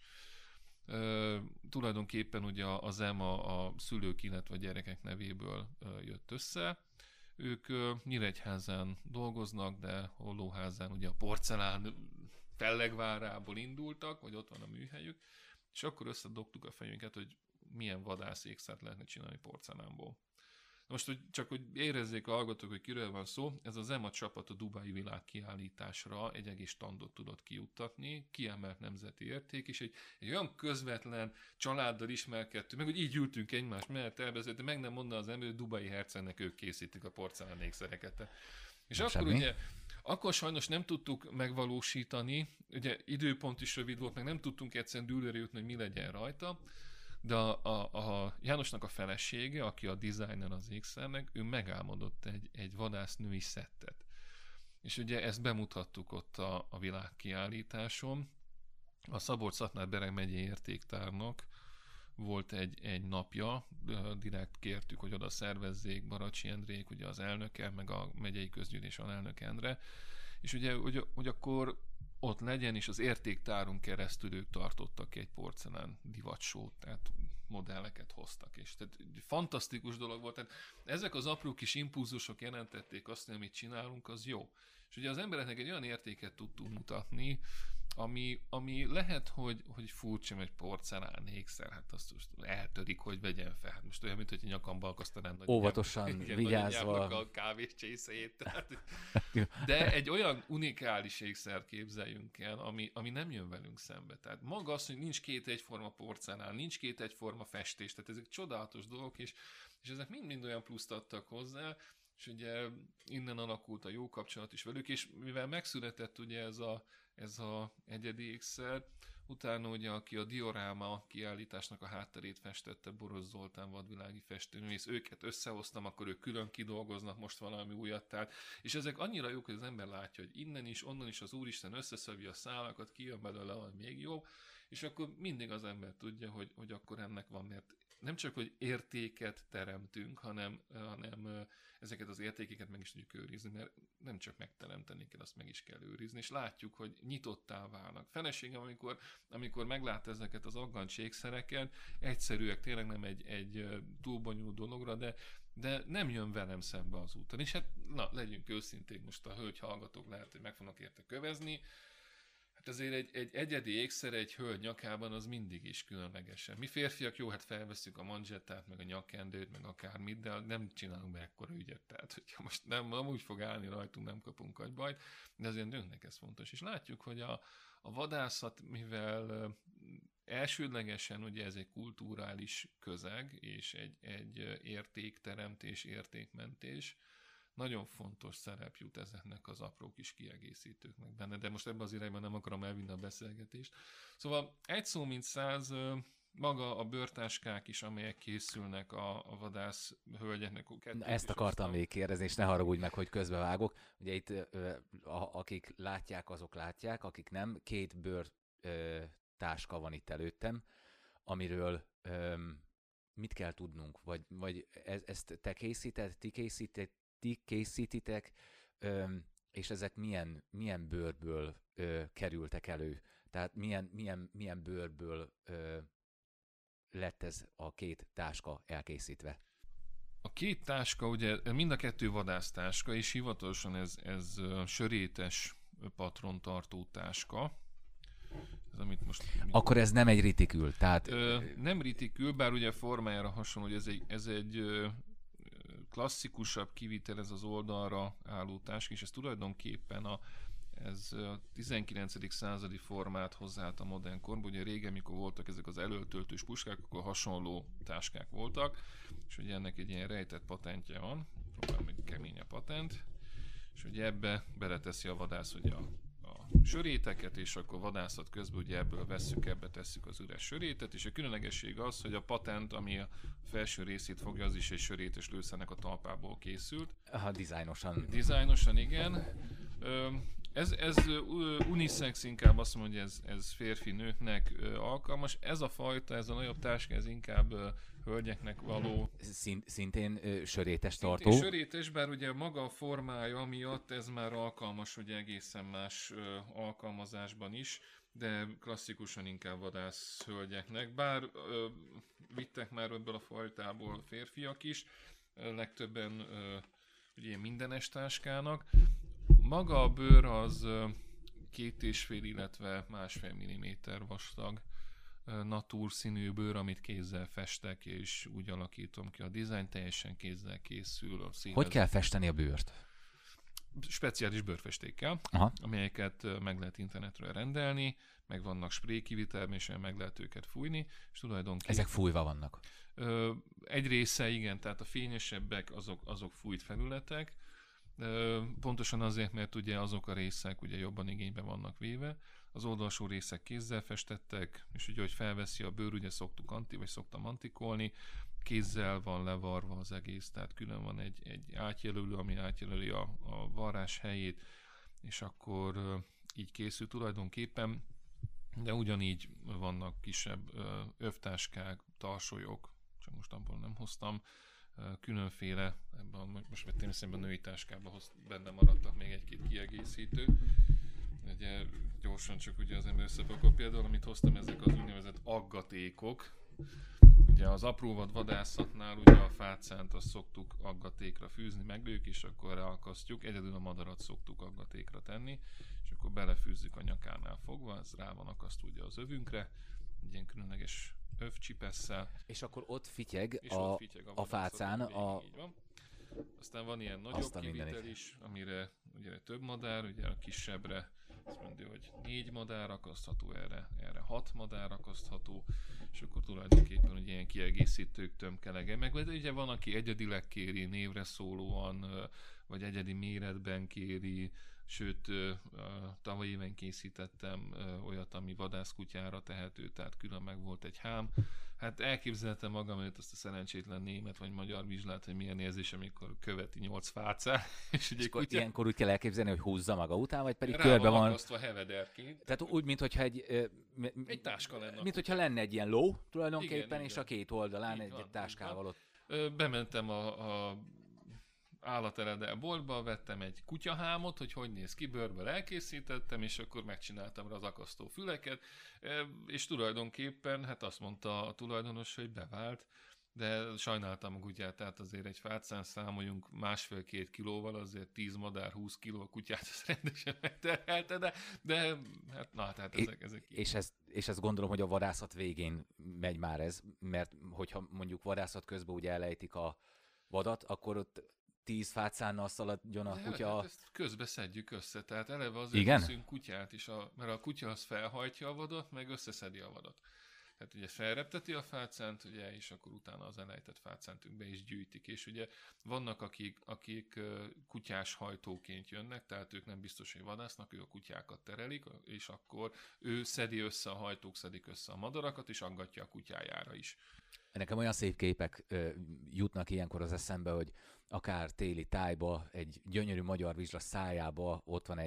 Tulajdonképpen ugye a Zema a szülők, illetve a gyerekek nevéből jött össze. Ők Nyíregyházán dolgoznak, de Hollóházán ugye a porcelán Fellegvárából indultak, vagy ott van a műhelyük, és akkor összedobtuk a fejünket, hogy milyen vadász ékszert lehetne csinálni porcelánból. Most, hogy csak hogy érezzék a hallgatók, hogy kiről van szó, ez az EMA csapat a Dubai világkiállításra egy egész standot tudott kijuttatni, kiemelt nemzeti érték, és egy olyan közvetlen családdal ismerkedtünk, meg hogy így ültünk egymás mellett elbeszélni, de meg nem mondta az ember, hogy Dubai hercegnek ők készítik a porcelán ékszereket. És Nem akkor semmi. ugye, akkor sajnos nem tudtuk megvalósítani, ugye időpont is rövid volt, meg nem tudtunk egyszerűen dűlőre jutni, hogy mi legyen rajta, de a Jánosnak a felesége, aki a designer az ékszernek, ő megálmodott egy vadásznői szettet. És ugye ezt bemutattuk ott a világkiállításon. A Szabolcs-Szatmár-Bereg megyei értéktárnak volt egy napja, direkt kértük, hogy oda szervezzék Baracsi Endrék, ugye az elnöke, meg a megyei közgyűlés alelnök Endre, és ugye, hogy akkor ott legyen, és az értéktáron keresztül ők tartottak egy porcelán divatsót, tehát modelleket hoztak, és tehát fantasztikus dolog volt. Tehát ezek az apró kis impulzusok jelentették azt, hogy amit csinálunk, az jó. És ugye az embereknek egy olyan értéket tudtunk mutatni, ami lehet, hogy furcsa, egy porcelán ékszer, hát azt most eltörik, hogy vegyen fel. Hát most olyan, mint hogy nyakamba akasztanám. Óvatosan, vigyázva. A kávés csészét. De egy olyan unikális ékszert képzeljünk el, ami nem jön velünk szembe. Tehát maga az, hogy nincs két egyforma porcelán, nincs két egyforma festés, tehát ezek csodálatos dolgok, és ezek mind-mind olyan pluszt adtak hozzá, és ugye innen alakult a jó kapcsolat is velük, és mivel megszületett ugye ez a egyedi ékszer, utána ugye, aki a dioráma kiállításnak a hátterét festette, Boros Zoltán vadvilági festőművész, őket összehoztam, akkor ők külön kidolgoznak most valami újat, tehát, és ezek annyira jók, hogy az ember látja, hogy innen is, onnan is az Úristen összeszövje a szálakat, kijön belőle valami még jobb, és akkor mindig az ember tudja, hogy akkor ennek van, mert nem csak, hogy értéket teremtünk, hanem ezeket az értékeket meg is tudjuk őrizni, mert nem csak megteremteni kell, azt meg is kell őrizni, és látjuk, hogy nyitottá válnak. Feleségem, amikor meglát ezeket az aggancs ékszereket, egyszerűek, tényleg nem egy túl bonyolult dologra, de nem jön velem szembe az úton. És hát, na, legyünk őszinték, most a hölgy hallgatók lehet, hogy meg fognak érte kövezni. Hát azért egy egyedi ékszer egy hölgy nyakában az mindig is különlegesen. Mi férfiak, jó, hát felveszünk a manzsettát, meg a nyakkendőt, meg akármit, de nem csinálunk be ekkora ügyet. Tehát, hogyha most nem úgy fog állni rajtunk, nem kapunk agybajt, de azért nőknek ez fontos. És látjuk, hogy a vadászat, mivel elsődlegesen ugye ez egy kulturális közeg, és egy értékteremtés, értékmentés, nagyon fontos szerep jut ezeknek az apró kis kiegészítőknek benne, de most ebben az irányban nem akarom elvinni a beszélgetést. Szóval egy szó mint száz, maga a bőrtáskák is, amelyek készülnek a vadász hölgyeknek. Ezt akartam még kérdezni, és ne haragudj meg, hogy közbevágok. Ugye itt akik látják, azok látják, akik nem, két bőrtáska van itt előttem, amiről mit kell tudnunk? Vagy ezt te készíted, ti készítitek, és ezek milyen bőrből kerültek elő? Tehát milyen bőrből lett ez a két táska elkészítve? A két táska, ugye mind a kettő vadásztáska, és hivatalosan ez sörétes patrontartó táska. Ez, amit most... Akkor ez nem egy ritikül, tehát... Nem ritikül, bár ugye formájára hasonló, hogy ez egy klasszikusabb kivitel, ez az oldalra álló táska, és ez tulajdonképpen ez a 19. századi formát hozzáállt a modern korban. Ugye régen, mikor voltak ezek az elöltöltős puskák, akkor hasonló táskák voltak, és ugye ennek egy ilyen rejtett patentje van, próbál még kemény a patent, és ugye ebbe beleteszi a vadász ugye a söréteket, és akkor vadászat közben ugye ebből vesszük, ebbe tesszük az üres sörétet, és a különlegesség az, hogy a patent, ami a felső részét fogja, az is egy sörétes lőszernek a talpából készült. Dizájnosan. Dizájnosan, igen. Ez unisex, inkább azt mondom, hogy ez férfi-nőknek alkalmas. Ez a fajta, ez a nagyobb táska, ez inkább hölgyeknek való. Szintén sörétes tartó. Szintén sörétes, bár ugye maga a formája miatt ez már alkalmas, ugye egészen más alkalmazásban is, de klasszikusan inkább vadász hölgyeknek. Bár vittek már ebből a fajtából férfiak is, legtöbben ugye mindenes táskának. Maga a bőr az 2,5, illetve 1,5 milliméter vastag natúr színű bőr, amit kézzel festek, és úgy alakítom ki a dizájn, teljesen kézzel készül. Hogy kell festeni a bőrt? Speciális bőrfestékkel, amelyeket meg lehet internetről rendelni, meg vannak spray kivitelben, és meg lehet őket fújni, és tulajdonképpen... Ezek fújva vannak? Egy része igen, tehát a fényesebbek azok fújt felületek, Pontosan azért, mert ugye azok a részek ugye jobban igénybe vannak véve, az oldalsó részek kézzel festettek, és ugye, hogy felveszi a bőr, ugye szoktam antikolni, kézzel van levarva az egész, tehát külön van egy átjelölő, ami átjelöli a varrás helyét, és akkor így készül tulajdonképpen, de ugyanígy vannak kisebb övtáskák, tarsolyok, csak most abból nem hoztam, különféle, most vettem eszembe a női táskába, benne maradtak még egy-két kiegészítő. Ugye gyorsan csak ugye az ember összepakol, például amit hoztam, ezek az úgynevezett aggatékok. Ugye az apróvad vadászatnál ugye a fácánt azt szoktuk aggatékra fűzni, meglőjük, és akkor ráakasztjuk, egyedül a madarat szoktuk aggatékra tenni, és akkor belefűzzük a nyakánál fogva, ez rá van akasztva ugye az övünkre, egy ilyen különleges övcsipesszel. És akkor ott fityeg a fácán fácán így van. Aztán van ilyen nagyobb kivitel is, amire ugye több madár, ugye a kisebbre azt mondja, hogy 4 madár akasztható, erre 6 madár akasztható, és akkor tulajdonképpen ugye ilyen kiegészítők tömkelege. Meg ugye van, aki egyedileg kéri, névre szólóan, vagy egyedi méretben kéri, sőt, tavaly éven készítettem olyat, ami vadászkutyára tehető, tehát külön meg volt egy hám. Hát elképzeltem magam előtt azt a szerencsétlen német vagy magyar vizslát, hogy milyen érzés, amikor követi 8 fácán. És ugye kutya... Ilyenkor úgy kell elképzelni, hogy húzza maga után, vagy pedig rá körbe van akasztva hevederként. Tehát úgy, mintha egy táska lenne. Mint hogyha lenne egy ilyen ló tulajdonképpen, igen, és igen. a két oldalán egy táskával ott. Bementem a állateledel boltba, vettem egy kutyahámot, hogy néz ki, bőrből elkészítettem, és akkor megcsináltam rá az akasztó füleket, és tulajdonképpen, hát azt mondta a tulajdonos, hogy bevált, de sajnáltam a kutyát, tehát azért egy fácán számoljunk 1,5-2 kilóval, azért 10 madár, 20 kiló a kutyát, az rendesen megterhelte, de hát na, tehát ezek és ezt gondolom, hogy a vadászat végén megy már ez, mert hogyha mondjuk vadászat közben ugye elejtik a vadat, akkor ott 10 fácánnal szaladjon a kutya. Hát ezt közbe szedjük össze, tehát eleve azért veszünk kutyát is, mert a kutya az felhajtja a vadat, meg összeszedi a vadat. Tehát ugye felrepteti a fácánt, ugye, és akkor utána az elejtett fácánt be is gyűjtik. És ugye vannak, akik kutyás hajtóként jönnek, tehát ők nem biztos, hogy vadásznak, ők a kutyákat terelik, és akkor ő szedi össze, a hajtók szedik össze a madarakat, és aggatja a kutyájára is. Nekem olyan szép képek jutnak ilyenkor az eszembe, hogy akár téli tájba, egy gyönyörű magyar vizsla szájába ott van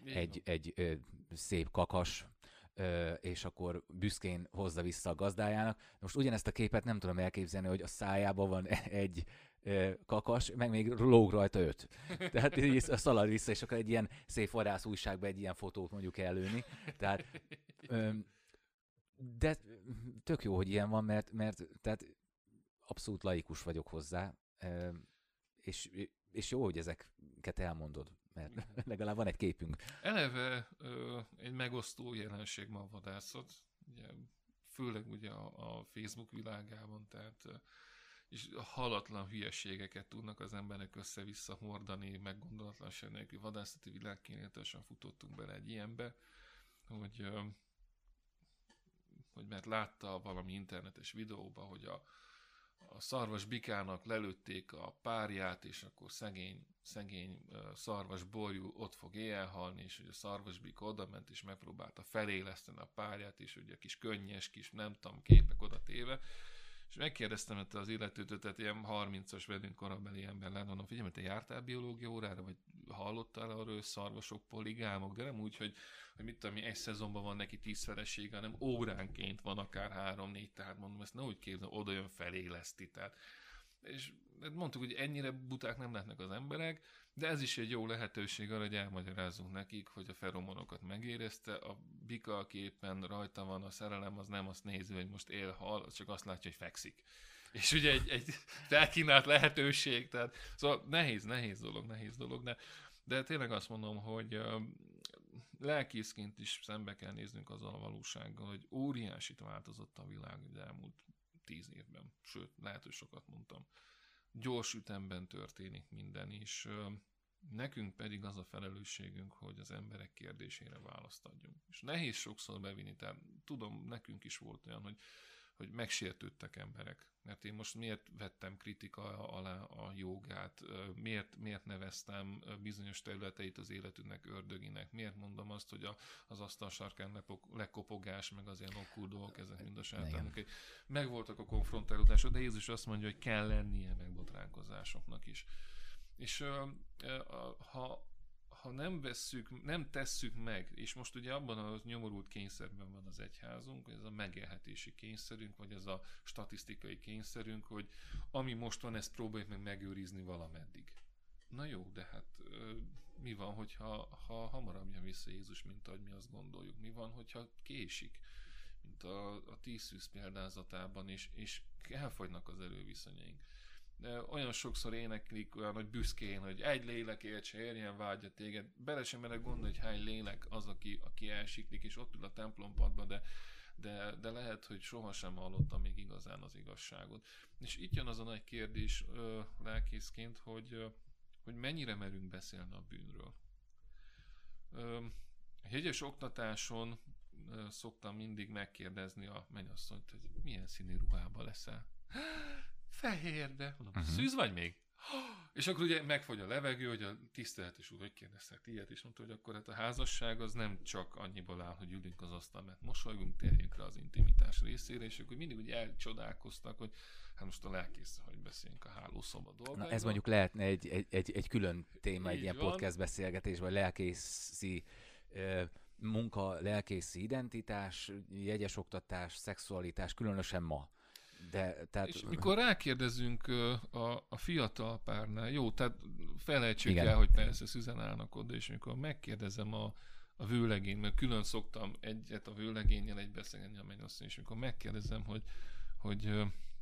egy szép kakas, és akkor büszkén hozza vissza a gazdájának. Most ugyanezt a képet nem tudom elképzelni, hogy a szájában van egy kakas, meg még lóg rajta 5. Tehát így szalad vissza, és akkor egy ilyen szép vadász újságban egy ilyen fotót mondjuk előni. Tehát, de tök jó, hogy ilyen van, mert tehát abszolút laikus vagyok hozzá, és jó, hogy ezeket elmondod, mert legalább van egy képünk. Eleve egy megosztó jelenség ma a vadászat, ugye, főleg ugye a Facebook világában, tehát és halatlan hülyeségeket tudnak az emberek össze-vissza hordani, meggondolatlanság nélkül vadászati világkényelmetesen futottunk bele egy ilyenbe, hogy mert látta valami internetes videóba, hogy a szarvas bikának lelőtték a párját, és akkor szegény szarvas borjú ott fog éjjel halni, és hogy a szarvas bika oda ment, és megpróbálta feléleszteni a párját, és ugye a kis könnyes, kis nem tudom, képek oda téve, és megkérdeztem ettől az illetőtől, tehát ilyen 30-as velünk korabeli ember lenne, mondom, figyelj, te jártál biológia órára, vagy hallottál arról, hogy szarvasok, poligámok, de nem úgy, hogy mit tudom, egy szezonban van neki 10 felesége, hanem óránként van akár 3-4, tehát mondom, ezt ne úgy képzel, oda jön feléleszti, tehát. És mondtuk, hogy ennyire buták nem lehetnek az emberek, de ez is egy jó lehetőség arra, hogy elmagyarázzunk nekik, hogy a feromonokat megérezte, a bika, aki éppen rajta van, a szerelem, az nem azt nézi, hogy most él, hal, az csak azt látja, hogy fekszik. És ugye egy felkínált lehetőség, tehát szóval nehéz dolog, de tényleg azt mondom, hogy lelkészként is szembe kell néznünk azzal a valósággal, hogy óriásit változott a világ az elmúlt 10 évben, sőt, lehet, hogy sokat mondtam. Gyors ütemben történik minden, és nekünk pedig az a felelősségünk, hogy az emberek kérdésére választ adjunk. És nehéz sokszor bevinni, tehát tudom, nekünk is volt olyan, hogy hogy megsértődtek emberek. Mert én most miért vettem kritika alá a jogát, miért neveztem bizonyos területeit az életünknek ördöginek, miért mondom azt, hogy az asztal sarkán lekopogás, meg az ilyen okkult dolgok, ezek mind a sátánok. Megvoltak a konfrontálódások, de Jézus azt mondja, hogy kell lennie megbotránkozásoknak is. És ha nem tesszük meg, és most ugye abban a nyomorult kényszerben van az egyházunk, hogy ez a megélhetési kényszerünk, vagy ez a statisztikai kényszerünk, hogy ami most van, ezt próbáljuk meg megőrizni valameddig. Na jó, de hát mi van, hogyha hamarabb jön vissza Jézus, mint ahogy mi azt gondoljuk? Mi van, hogyha késik? Mint a 10 szűz példázatában is, és elfogynak az erőviszonyaink. De olyan sokszor éneklik olyan, hogy büszkén, hogy egy lélekért se érjen vágya téged. Bele sem merek gondolni, hogy hány lélek az, aki elsiklik, és ott ül a templompadban, de lehet, hogy sohasem hallottam még igazán az igazságot. És itt jön az a nagy kérdés lelkészként, hogy mennyire merünk beszélni a bűnről. A jegyes oktatáson szoktam mindig megkérdezni a mennyasszonyt, hogy milyen színű ruhában leszel. Fehérbe. Mondom, szűz vagy még? És akkor ugye megfogy a levegő, hogy a tiszteletes úr, hogy kérdeztek ilyet, és mondta, hogy akkor hát a házasság az nem csak annyiból áll, hogy ülünk az asztal, mert mosolygunk, térjünk rá az intimitás részére, és akkor mindig úgy elcsodálkoztak, hogy hát most a lelkész, hogy beszéljünk a hálószoba dolgairól. Na ez mondjuk lehetne egy külön téma, egy ilyen van. podcast beszélgetés, vagy lelkészi munka, lelkészi identitás, jegyes oktatás, szexualitás, különösen ma. És mikor rákérdezünk a fiatal párnál, jó, tehát felejtsük Igen. el, hogy persze szüzen állnak oda, és amikor megkérdezem a vőlegény, mert külön szoktam a vőlegénnyel egy beszélgetni a mennyasszony, és amikor megkérdezem, hogy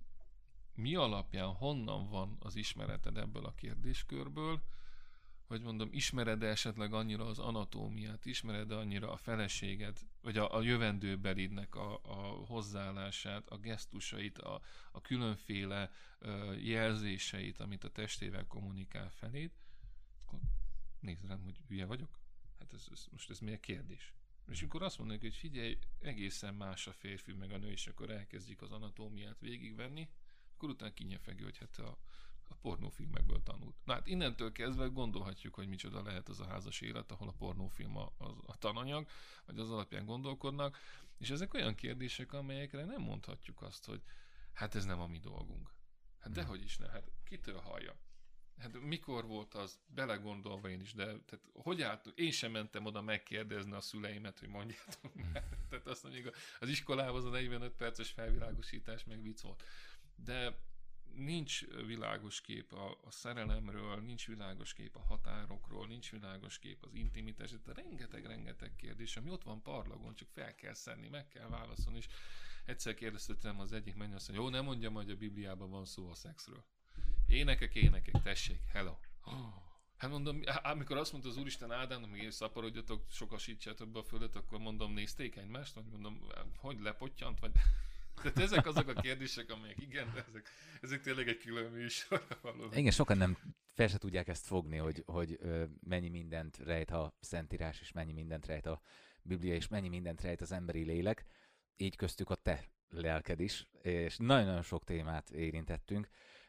mi alapján, honnan van az ismereted ebből a kérdéskörből, hogy mondom, ismered-e esetleg annyira az anatómiát, ismered-e annyira a feleséged, vagy a jövendőbelidnek a hozzáállását, a gesztusait, a különféle jelzéseit, amit a testével kommunikál feléd, akkor nézd rám, hogy hülye vagyok? Hát most ez miért kérdés? És amikor azt mondjuk, hogy figyelj, egészen más a férfi meg a nő, és akkor elkezdjük az anatómiát végigvenni, akkor utána kinyefegő, hogy hát a pornófilmekből tanult. Na hát innentől kezdve gondolhatjuk, hogy micsoda lehet az a házas élet, ahol a pornófilm a tananyag, vagy az alapján gondolkodnak, és ezek olyan kérdések, amelyekre nem mondhatjuk azt, hogy hát ez nem a mi dolgunk. Hát dehogy is nem, hát kitől hallja? Hát mikor volt az, belegondolva én is, de tehát, hogy álltunk? Én sem mentem oda megkérdezni a szüleimet, hogy mondjátok már. Tehát azt mondjuk, az iskolában az a 45 perces felvilágosítás meg vicc volt. De nincs világos kép a szerelemről, nincs világos kép a határokról, nincs világos kép az intimitásról, tehát rengeteg kérdés, ami ott van parlagon, csak fel kell szenni, meg kell válaszolni, és egyszer kérdeztem az egyik mennyasszony, jó, nem mondjam, hogy a Bibliában van szó a szexről. Énekek, tessék, hello. Hát mondom, amikor azt mondta az Úristen Ádámnak, meg szaporodjatok, sokasítsátok be a földet, akkor mondom, nézték egymást, vagy mondom, hogy lepottyant, vagy... Tehát ezek azok a kérdések, amelyek igen, de ezek tényleg egy külön műsorra való. Igen, sokan nem fel se tudják ezt fogni, hogy mennyi mindent rejt a Szentírás, és mennyi mindent rejt a Biblia, és mennyi mindent rejt az emberi lélek, így köztük a te lelked is, és nagyon-nagyon sok témát érintettünk.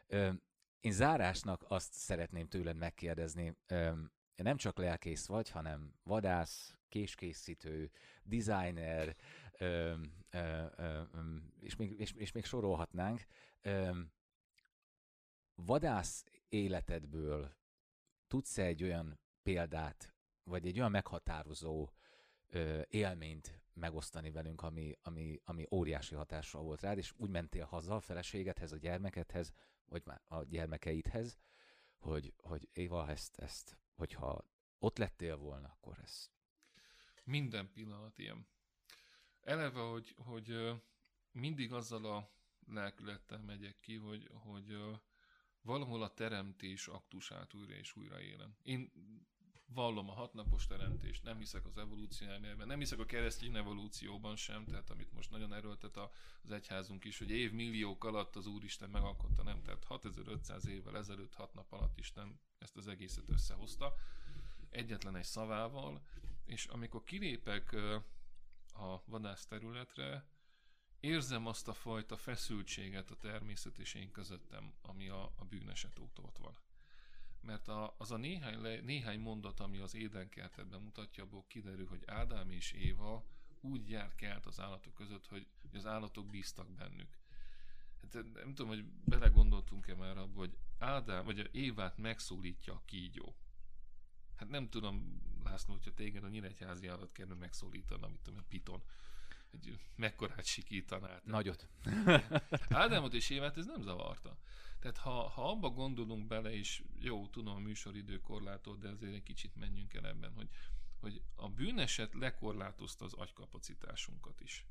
Én zárásnak azt szeretném tőled megkérdezni, nem csak lelkész vagy, hanem vadász, késkészítő, designer, és még sorolhatnánk. Vadász életedből tudsz egy olyan példát, vagy egy olyan meghatározó élményt megosztani velünk, ami óriási hatással volt rád, és úgy mentél haza a feleségedhez, a gyermekedhez, vagy már a gyermekeidhez, hogy Éva, ezt hogyha ott lettél volna, akkor ez... Minden pillanat ilyen. Eleve, hogy mindig azzal a lelkülettel megyek ki, hogy valahol a teremtés aktusát újra és újra élem. Én vallom a 6 napos teremtést, nem hiszek az evolúció elméletben, nem hiszek a keresztény evolúcióban sem, tehát amit most nagyon erőltet az egyházunk is, hogy évmilliók alatt az Úristen megalkotta, nem, tehát 6500 évvel ezelőtt 6 nap alatt Isten ezt az egészet összehozta, egyetlen egy szavával, és amikor kilépek a vadász területre, érzem azt a fajta feszültséget a természet és én közöttem, ami a bűneset óta ott van. Mert az a néhány mondat, ami az Édenkertet bemutatja, abból kiderül, hogy Ádám és Éva úgy járt kelt az állatok között, hogy az állatok bíztak bennük. Hát nem tudom, hogy belegondoltunk-e már abba, hogy Ádám, vagy Évát megszólítja a kígyó. Hát nem tudom, László, hogyha téged a nyíregyházi állat kellene megszólítani, amit tudom, a piton. Hogy mekkorát sikítaná. Nagyot. Ádámot és Évát ez nem zavarta. Tehát ha abba gondolunk bele, és jó, tudom a műsoridő korlátot, de azért egy kicsit menjünk el ebben, hogy a bűneset lekorlátozta az agykapacitásunkat is.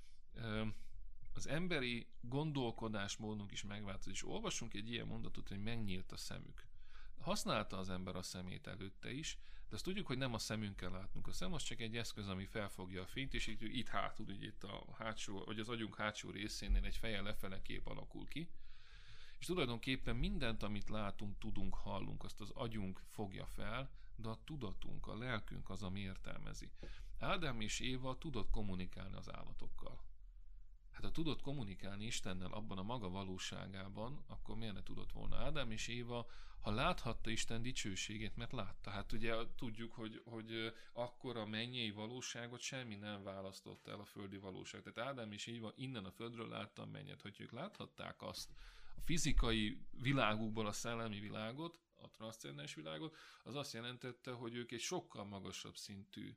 Az emberi gondolkodásmódunk is megváltozott, és olvasunk egy ilyen mondatot, hogy megnyílt a szemük. Használta az ember a szemét előtte is, de azt tudjuk, hogy nem a szemünkkel látunk. A szem az csak egy eszköz, ami felfogja a fényt, és itt hátul, ugye itt a hátsó, vagy az agyunk hátsó részénél egy fejjel lefele kép alakul ki. És tulajdonképpen mindent, amit látunk, tudunk, hallunk, azt az agyunk fogja fel, de a tudatunk, a lelkünk az, ami értelmezi. Ádám és Éva tudott kommunikálni az állatokkal. Hát ha tudott kommunikálni Istennel abban a maga valóságában, akkor miért ne tudott volna? Ádám és Éva, ha láthatta Isten dicsőségét, mert látta. Hát ugye tudjuk, hogy akkor a mennyei valóságot semmi nem választott el a földi valóság. Tehát Ádám és Éva innen a földről látta a mennyet. Hogy ők láthatták azt, a fizikai világukból a szellemi világot, a transzcendens világot, az azt jelentette, hogy ők egy sokkal magasabb szintű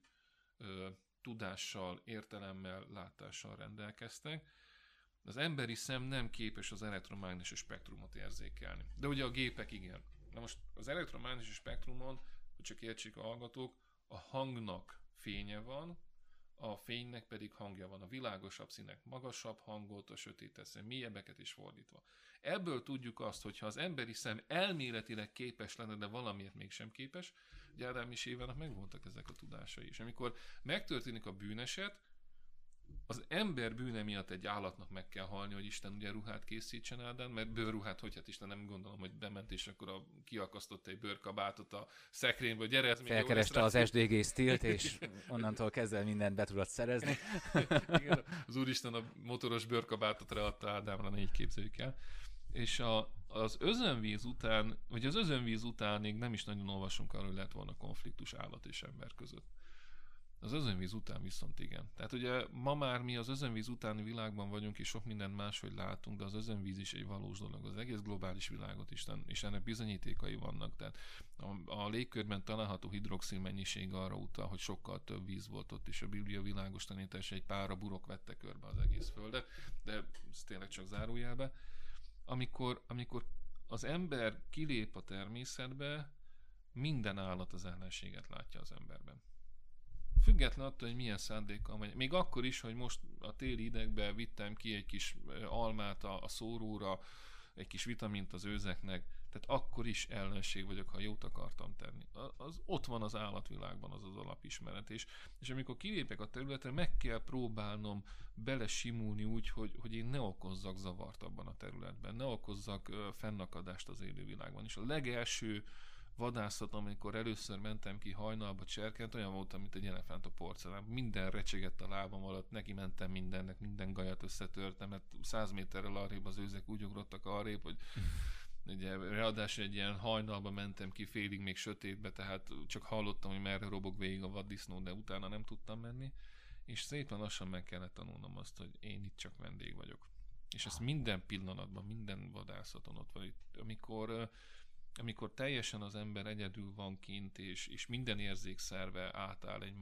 tudással, értelemmel, látással rendelkeztek. Az emberi szem nem képes az elektromágneses spektrumot érzékelni. De ugye a gépek igen. Na most az elektromágneses spektrumon, hogy csak értsék a hallgatók, a hangnak fénye van, a fénynek pedig hangja van. A világosabb színek magasabb hangot, a sötétebb színek mélyebbeket is fordítva. Ebből tudjuk azt, hogyha az emberi szem elméletileg képes lenne, de valamiért mégsem képes, ugye Ádám és Évának megvoltak ezek a tudásai is. Amikor megtörténik a bűneset, az ember bűne miatt egy állatnak meg kell halni, hogy Isten ugye ruhát készítsen Ádám, mert bőrruhát, hogy hát Isten nem gondolom, hogy bement, és akkor kiakasztott egy bőrkabátot a szekrényből, gyere, ez még felkereste az SDG stilt, és onnantól kezdve mindent be tudott szerezni. Igen, az Úristen a motoros bőrkabátot readta Ádámra, ne így képzeljük el. És az özönvíz után, vagy az özönvíz utánig nem is nagyon olvasunk arról, hogy lett volna konfliktus állat és ember között. Az özönvíz után viszont igen. Tehát ugye ma már mi az özönvíz utáni világban vagyunk, és sok mindent máshogy látunk, de az özönvíz is egy valós dolog. Az egész globális világot is, és ennek bizonyítékai vannak. Tehát a légkörben található hidroxil mennyiség arra utal, hogy sokkal több víz volt ott, és a Biblia világos tanítása, egy pára burok vette körbe az egész földet, de ez tényleg csak zárójelbe. Amikor az ember kilép a természetbe, minden állat az ellenséget látja az emberben. Független attól, hogy milyen szándékkal megy. Még akkor is, hogy most a téli idegben vittem ki egy kis almát a szóróra, egy kis vitamint az őzeknek, tehát akkor is ellenség vagyok, ha jót akartam tenni. Ott van az állatvilágban az alapismeret, és amikor kilépek a területre, meg kell próbálnom belesimulni úgy, hogy én ne okozzak zavart abban a területben, ne okozzak fennakadást az élővilágban. És a legelső vadászat, amikor először mentem ki hajnalba cserkent, olyan voltam, mint egy elefánt a porcelán. Minden recsegett a lábam alatt, neki mentem mindennek, minden gajat összetörtem, mert 100 méterrel arrébb az őzek úgy ugrottak arrébb, hogy ugye ráadásul egy ilyen hajnalba mentem ki, félig még sötétbe, tehát csak hallottam, hogy merre robog végig a vaddisznó, de utána nem tudtam menni, és szépen lassan meg kellett tanulnom azt, hogy én itt csak vendég vagyok. És ezt minden pillanatban, minden vadászaton ott van. Amikor teljesen az ember egyedül van kint, és minden érzékszerve átáll egy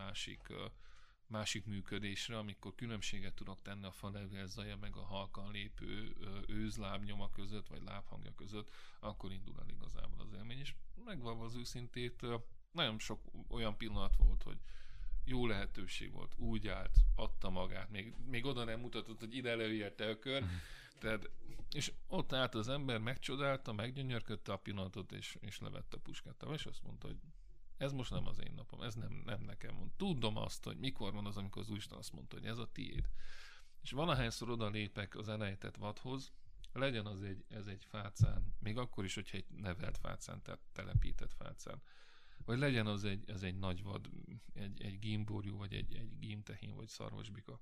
másik működésre, amikor különbséget tudok tenni a falevő zaja meg a halkan lépő őzlábnyoma között, vagy lábhangja között, akkor indul el igazából az élmény. És megvalva az őszintét, nagyon sok olyan pillanat volt, hogy jó lehetőség volt, úgy állt, adta magát, még oda nem mutatott, hogy ide előérte a kör, tehát, és ott állt az ember, megcsodálta, meggyönyörködte a pillanatot, és levette a puskát, és azt mondta, hogy ez most nem az én napom, ez nem nekem van. Tudom azt, hogy mikor van az, amikor az Úristen azt mondta, hogy ez a tiéd. És valahányszor oda lépek az elejtett vadhoz, legyen ez egy fácán, még akkor is, hogyha egy nevelt fácán, tehát telepített fácán, vagy legyen ez egy nagy vad, egy gímborjú, vagy egy gímtehén, vagy szarvasbika.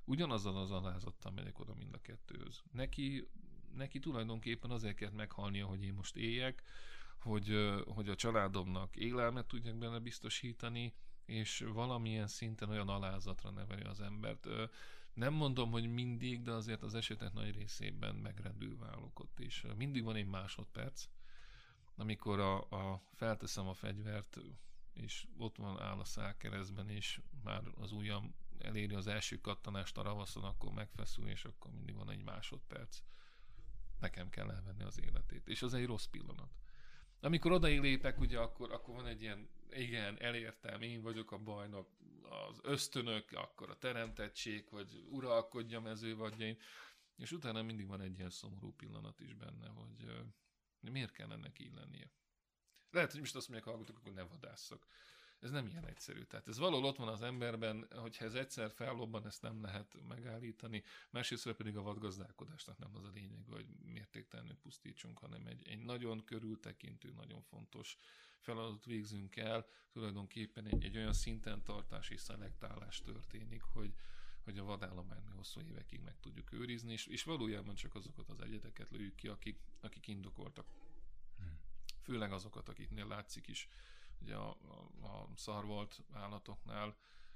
ugyanazzal az alázattal megyek oda mind a kettőhöz. Neki tulajdonképpen azért kellett meghalnia, hogy én most éljek, hogy a családomnak élelmet tudjak benne biztosítani, és valamilyen szinten olyan alázatra neveli az embert. Nem mondom, hogy mindig, de azért az esetek nagy részében megrendülve állok ott, és mindig van egy másodperc, amikor felteszem a fegyvert, és ott áll a szálkeresztben, és már az ujjam eléri az első kattanást a ravaszon, akkor megfeszül, és akkor mindig van egy másodperc. Nekem kell elvenni az életét. És az egy rossz pillanat. Amikor odaig lépek, ugye akkor van egy ilyen, igen, elértem, én vagyok a bajnok, az ösztönök, akkor a teremtettség, hogy uralkodja mezővadjain, és utána mindig van egy ilyen szomorú pillanat is benne, hogy miért kell ennek így lennie. Lehet, hogy most azt mondják, hallgatok, akkor ne vadásszak. Ez nem ilyen egyszerű. Tehát ez valahol ott van az emberben, hogyha ez egyszer fellobban, ezt nem lehet megállítani. Másrészt pedig a vadgazdálkodásnak nem az a lényeg, hogy mértéktelenül pusztítsunk, hanem egy nagyon körültekintő, nagyon fontos feladatot végzünk el. Tulajdonképpen egy olyan szinten tartás és szelektálás történik, hogy a vadállományt hosszú évekig meg tudjuk őrizni, és valójában csak azokat az egyedeket lőjük ki, akik indokoltak. Főleg azokat, akiknél látszik is, ugye a szarvalt állatoknál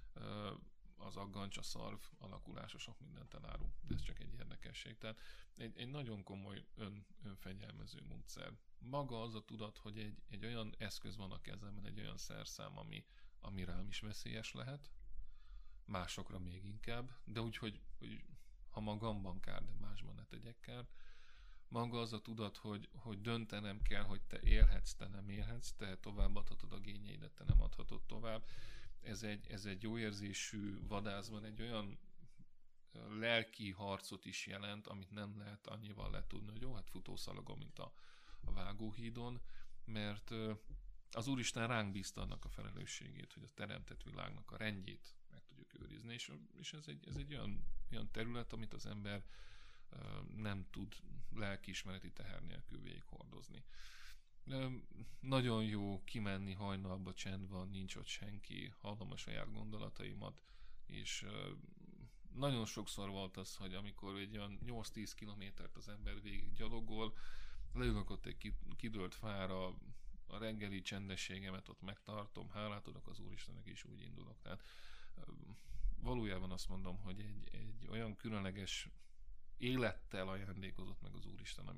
az aggancs, a szarv alakulása sok mindent elárul. De ez csak egy érdekesség. Tehát egy nagyon komoly önfegyelmező módszer. Maga az a tudat, hogy egy olyan eszköz van a kezemben, egy olyan szerszám, ami rám is veszélyes lehet, másokra még inkább, de úgy, hogy ha magamban kár, de másban ne tegyek kárt. Maga az a tudat, hogy döntenem kell, hogy te élhetsz, te nem élhetsz, te továbbadhatod a gényeidet, te nem adhatod tovább. Ez egy jó érzésű vadászban egy olyan lelki harcot is jelent, amit nem lehet annyival letudni, hogy jó, hát futószalagon, mint a vágóhídon, mert az Úristen ránk bízta annak a felelősségét, hogy a teremtett világnak a rendjét meg tudjuk őrizni, és ez egy olyan terület, amit az ember nem tud lelkiismereti teher nélkül végighordozni. Nagyon jó kimenni hajnalba, csend van, nincs ott senki, hallom a saját gondolataimat, és nagyon sokszor volt az, hogy amikor egy olyan 8-10 kilométert az ember végig gyalogol, leülök ott egy kidőlt fára, a reggeli csendességemet ott megtartom, hálát adok az Úristennek, és úgy indulok. Tehát valójában azt mondom, hogy egy olyan különleges élettel ajándékozott meg az Úristen,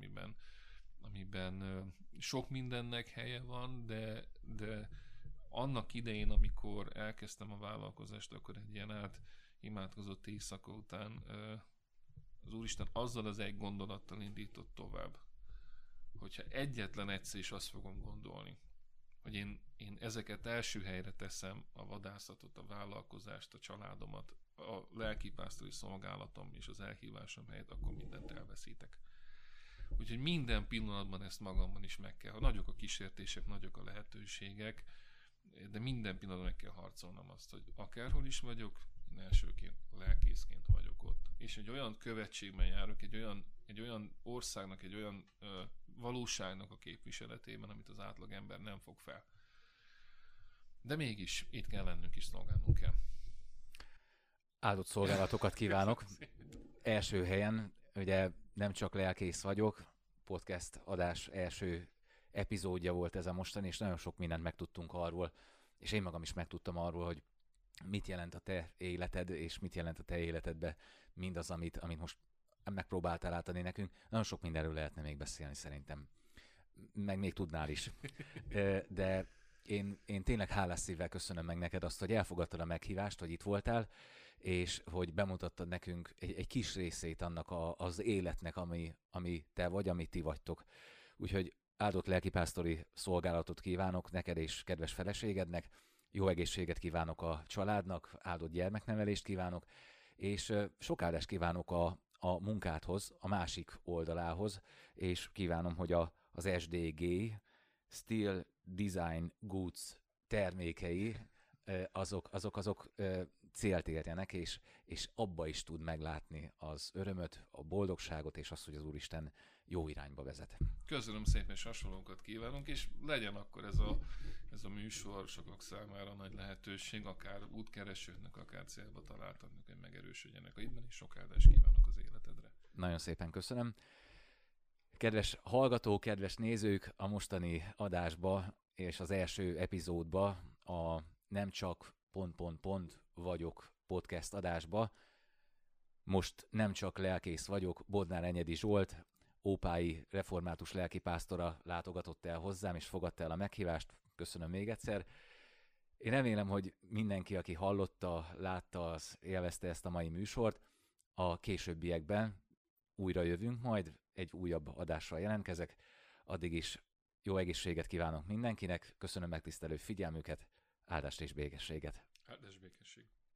amiben sok mindennek helye van, de annak idején, amikor elkezdtem a vállalkozást, akkor egy ilyen imádkozott éjszaka után az Úristen azzal az egy gondolattal indított tovább, hogyha egyetlen egyszer is azt fogom gondolni, hogy én ezeket első helyre teszem, a vadászatot, a vállalkozást, a családomat, a lelkipásztori szolgálatom és az elhívásom helyett, akkor mindent elveszítek. Úgyhogy minden pillanatban ezt magamban is meg kell. Nagyok a kísértések, nagyok a lehetőségek, de minden pillanatban meg kell harcolnom azt, hogy akárhol is vagyok, én elsőként lelkészként vagyok ott. És egy olyan követségben járok, egy olyan országnak, egy olyan valóságnak a képviseletében, amit az átlagember nem fog fel. De mégis itt kell lennünk és szolgálnunk kell. Áldott szolgálatokat kívánok. Első helyen, ugye nem csak lelkész vagyok, podcast adás első epizódja volt ez a mostani, és nagyon sok mindent megtudtunk arról, és én magam is megtudtam arról, hogy mit jelent a te életed, és mit jelent a te életedbe mindaz, amit most megpróbáltál átadni nekünk. Nagyon sok mindenről lehetne még beszélni szerintem. Meg még tudnál is. De én tényleg hálás szívvel köszönöm meg neked azt, hogy elfogadtad a meghívást, hogy itt voltál, és hogy bemutattad nekünk egy kis részét annak az életnek, ami te vagy, ami ti vagytok. Úgyhogy áldott lelkipásztori szolgálatot kívánok neked és kedves feleségednek, jó egészséget kívánok a családnak, áldott gyermeknevelést kívánok, és sok áldást kívánok a munkádhoz, a másik oldalához, és kívánom, hogy az SDG, Steel Design Goods termékei, azok célt érjenek, és abba is tud meglátni az örömöt, a boldogságot, és azt, hogy az Úristen jó irányba vezet. Köszönöm szépen, és hasonlókat kívánunk, és legyen akkor ez a műsor sokak számára nagy lehetőség, akár útkeresőknek, akár célba találtaknak, hogy megerősödjenek a hitben, és sok áldást kívánok az életedre. Nagyon szépen köszönöm. Kedves hallgatók, kedves nézők, a mostani adásba és az első epizódba, a Nem csak ... vagyok podcast adásba most nem csak lelkész vagyok, Bodnár Enyedi Zsolt, ópái református lelkipásztora látogatott el hozzám, és fogadta el a meghívást. Köszönöm még egyszer. Én remélem, hogy mindenki, aki hallotta, látta, az élvezte ezt a mai műsort. A későbbiekben újra jövünk, majd egy újabb adással jelentkezek. Addig is jó egészséget kívánok mindenkinek, köszönöm megtisztelő figyelmüket, áldást és békességet. Áldás békesség.